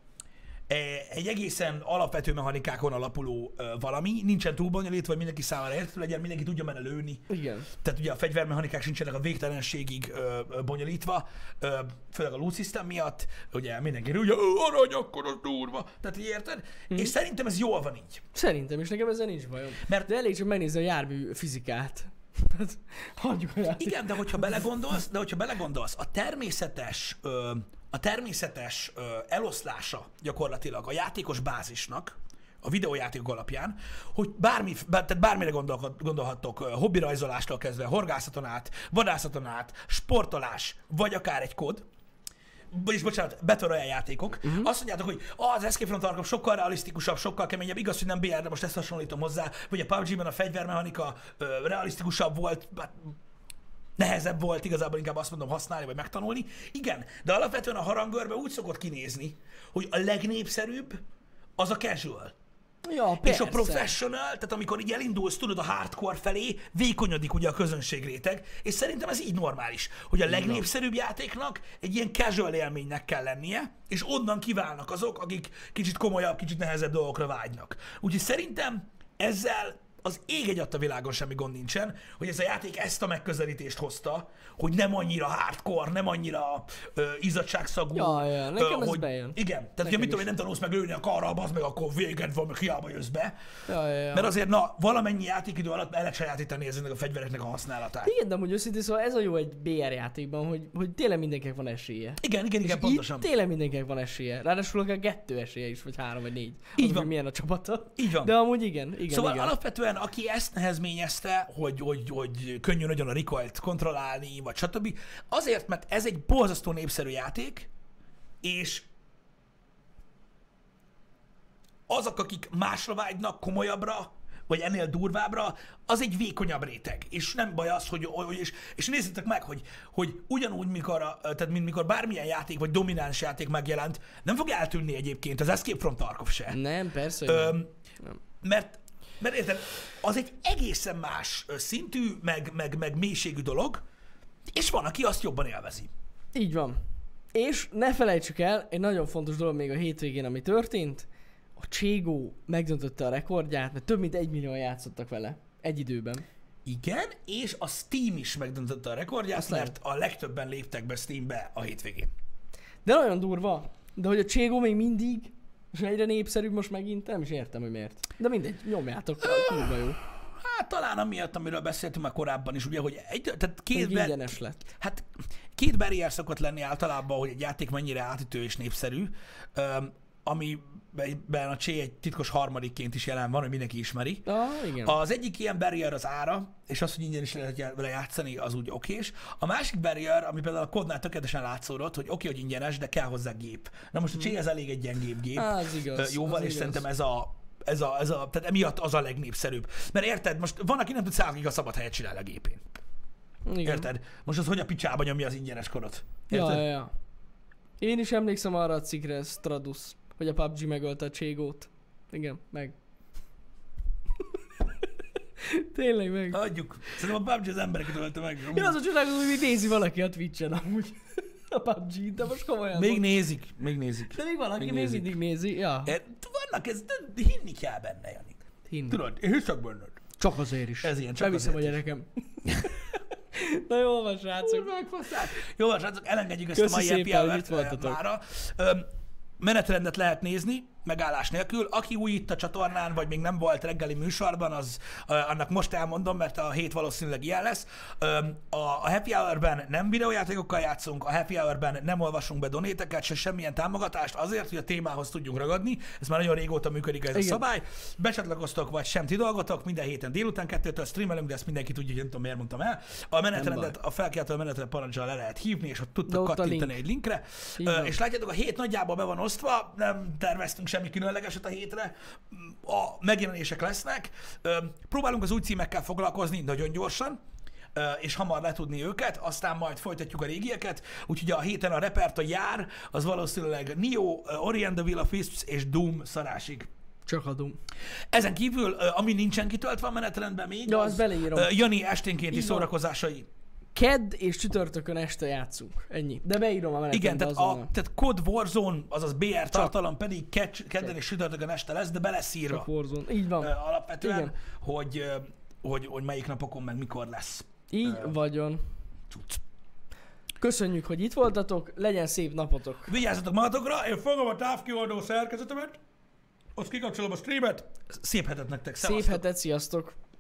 S1: e, egy egészen alapvető mechanikákon alapuló ö, valami, nincsen túl bonyolítva, hogy mindenki számára érthető legyen, mindenki tudja benne lőni.
S2: Igen.
S1: Tehát ugye a fegyvermechanikák sincsenek a végtelenségig ö, ö, bonyolítva, ö, főleg a loot system miatt, ugye mindenki ugye, "Ö, arany, akkor az durva. Tehát így érted? Mm. És szerintem ez jól van így.
S2: Szerintem is, nekem ezzel nincs bajom.
S1: Mert-
S2: De elég csak megnézni a jármű fizikát. Tehát hagyjuk a játék.
S1: Igen, de hogyha belegondolsz, de hogyha belegondolsz, a természetes, ö, a természetes ö, eloszlása gyakorlatilag a játékos bázisnak, a videójátékok alapján, hogy bármi, bár, tehát bármire gondol, gondolhattok, ö, hobbirajzolástól kezdve, horgászaton át, vadászaton át, sportolás, vagy akár egy kód, vagyis bocsánat, Battle Royale játékok, uh-huh. azt mondjátok, hogy ah, az Escape from Tarkov sokkal realisztikusabb, sokkal keményebb, igaz, hogy nem bé er, de most ezt hasonlítom hozzá, vagy a pé u bé gé-ben a fegyvermechanika ö, realisztikusabb volt, hát nehezebb volt igazából inkább azt mondom használni, vagy megtanulni. Igen, de alapvetően a harangörbe úgy szokott kinézni, hogy a legnépszerűbb az a casual.
S2: Ja,
S1: És
S2: persze.
S1: a professional, tehát amikor így elindulsz, tudod, a hardcore felé, vékonyodik ugye a közönség réteg, és szerintem ez így normális, hogy a legnépszerűbb játéknak egy ilyen casual élménynek kell lennie, és onnan kiválnak azok, akik kicsit komolyabb, kicsit nehezebb dolgokra vágynak. Úgyhogy szerintem ezzel az ég egy adta világon semmi gond nincsen, hogy ez a játék ezt a megközelítést hozta, hogy nem annyira hardcore, nem annyira ö, izzadságszagú.
S2: Ja, ja, nekem ez
S1: hogy,
S2: bejön.
S1: Igen, tehát
S2: Nekem
S1: ugye mit
S2: is.
S1: tudom én, nem tanulsz meg lőni a karral, az meg akkor véged van, meg hiába jössz be.
S2: Ja, ja, ja.
S1: Mert azért, na, valamennyi játékidő alatt el lehet sajátítani ezeknek a fegyvereknek a használatát.
S2: Igen, de amúgy őszintén szóval ez a jó egy bé er játékban, hogy, hogy tényleg mindenkinek van esélye.
S1: Igen, igen, igen,
S2: És
S1: pontosan.
S2: itt tényleg mindenkinek van esélye. Ráadásul akár kettő esélye is, vagy három, vagy négy.
S1: Így
S2: Az,
S1: van.
S2: hogy milyen a csapata.
S1: Így van.
S2: De amúgy igen, igen,
S1: Szóval
S2: igen.
S1: alapvetően, aki ezt nehezményezte, hogy, hogy, hogy könnyű nagyon a recoilt kontrollálni, vagy stb. Azért, mert ez egy borzasztó népszerű játék, és azok, akik másra vágynak, komolyabbra, vagy ennél durvábbra, az egy vékonyabb réteg. És nem baj az, hogy, hogy és, és nézzétek meg, hogy, hogy ugyanúgy, mikor, a, tehát mint mikor bármilyen játék, vagy domináns játék megjelent, nem fog eltűnni egyébként az Escape from Tarkov se.
S2: Nem, persze, hogy
S1: Öm,
S2: nem. nem.
S1: Mert, mert érted, az egy egészen más ö, szintű, meg, meg, meg mélységű dolog, és van, aki azt jobban élvezi.
S2: Így van. És ne felejtsük el, egy nagyon fontos dolog még a hétvégén, ami történt, a Cségó megdöntötte a rekordját, mert több mint egy millióan játszottak vele egy időben.
S1: Igen, és a Steam is megdöntötte a rekordját,
S2: Azt
S1: mert a legtöbben léptek be Steambe a hétvégén.
S2: De nagyon durva, de hogy a Cségó még mindig, és egyre népszerűbb most megint, nem is értem, hogy miért. De mindegy, nyomjátok, kurva jó.
S1: Hát talán amiatt, amiről beszéltünk már korábban is, ugye, hogy egy, tehát két,
S2: Még
S1: ber,
S2: ingyenes lett.
S1: hát két barrier szokott lenni általában, hogy egy játék mennyire átütő és népszerű, öm, amiben a Csé egy titkos harmadikként is jelen van, hogy mindenki ismeri.
S2: Ah, igen.
S1: Az egyik ilyen barrier az ára, és az, hogy ingyen is lehet vele játszani, az úgy okés. A másik barrier, ami például a kodnál tökéletesen látszódott, hogy oké, hogy ingyenes, de kell hozzá gép. Na most a Csé ez elég egy gyengébb gép.
S2: Á, az igaz,
S1: Jóval,
S2: az
S1: és
S2: igaz.
S1: szerintem ez a Ez a, ez a, tehát emiatt az a legnépszerűbb. Mert érted, most van, aki nem tud száz giga szabad helyet csinálni a gépén.
S2: Igen.
S1: Érted? Most az hogy a picsába nyomja az ingyenes korot? Érted?
S2: Ja, ja, ja. Én is emlékszem arra a cikkre, Stradus, hogy a pé u bé gé megölte a Cségót. Igen, meg. Tényleg meg.
S1: Adjuk. Szerintem a pé u bé gé az embereket ölte meg.
S2: Én az a csodálkozom, hogy nézi valaki a Twitch-en amúgy. A pé u bé gé, de most komolyan.
S1: Még
S2: mondom.
S1: nézik, még nézik.
S2: De még valaki
S1: még
S2: még,
S1: nézik.
S2: mindig nézi. Ja.
S1: É, vannak, ez, de hinni kell benne, Jani.
S2: Hinni.
S1: Tudod, én hiszek benned.
S2: Csak azért is.
S1: Ez ilyen, csak
S2: Beviszem a
S1: azért is.
S2: gyerekem. Na jó van, srácok.
S1: Jó van, srácok, elengedjük ezt
S2: Köszi
S1: a mai
S2: szépen,
S1: happy
S2: hogy itt
S1: hour-t
S2: voltatok.
S1: mára. Öm, Menetrendet lehet nézni, megállás nélkül. Aki új itt a csatornán, vagy még nem volt reggeli műsorban, az ö, annak most elmondom, mert a hét valószínűleg ilyen lesz. Öm, a, a happy hour-ben nem videójátékokkal játszunk, a happy hour-ben nem olvasunk be donéteket, se semmilyen támogatást, azért, hogy a témához tudjunk ragadni. Ez már nagyon régóta működik ez
S2: Igen.
S1: a szabály. Becsatlakoztok, vagy sem ti dolgotok, minden héten délután kettőtől streamelünk, de ezt mindenki tudja, hogy nem tudom, miért mondtam el. A menetrendet, a felkeltő menetre parancsal le lehet hívni, és ott
S2: De
S1: tudtok
S2: ott a
S1: kattintani
S2: link.
S1: egy linkre.
S2: Így
S1: Ö,
S2: van.
S1: és látjátok, a hét nagyjából be van osztva, nem terveztünk semmi különlegeset a hétre, a megjelenések lesznek. Ö, próbálunk az új címekkel foglalkozni nagyon gyorsan, ö, és hamar letudni őket, aztán majd folytatjuk a régieket, úgyhogy a héten a reperta jár, az valószínűleg Nioh, Ori and the Will of Wisps és Doom szarásig.
S2: Csak adunk.
S1: Ezen kívül, ö, ami nincsen kitöltve a menetrendben még,
S2: Ja, azt beleírom.
S1: ö, Jani esténkénti
S2: Így van.
S1: szórakozásai.
S2: Kedd és csütörtökön este játszunk. Ennyi. De beírom a menetrendbe
S1: Igen, tehát,
S2: azonnal.
S1: a, tehát Code Warzone, azaz bé er tartalom pedig ked- kedden és csütörtökön este lesz, de be lesz írva
S2: Csak Warzone. Így van.
S1: ö, alapvetően,
S2: Igen.
S1: hogy, ö, hogy, hogy melyik napokon meg mikor lesz
S2: Így vagyon.
S1: cucc.
S2: Köszönjük, hogy itt voltatok. Legyen szép napotok.
S1: Vigyázzatok magatokra, én fogom a távkioldó szerkezetemet, azt kikapcsolom a streamet, szép hetet nektek,
S2: Szép
S1: szevasztok!
S2: hetet, sziasztok!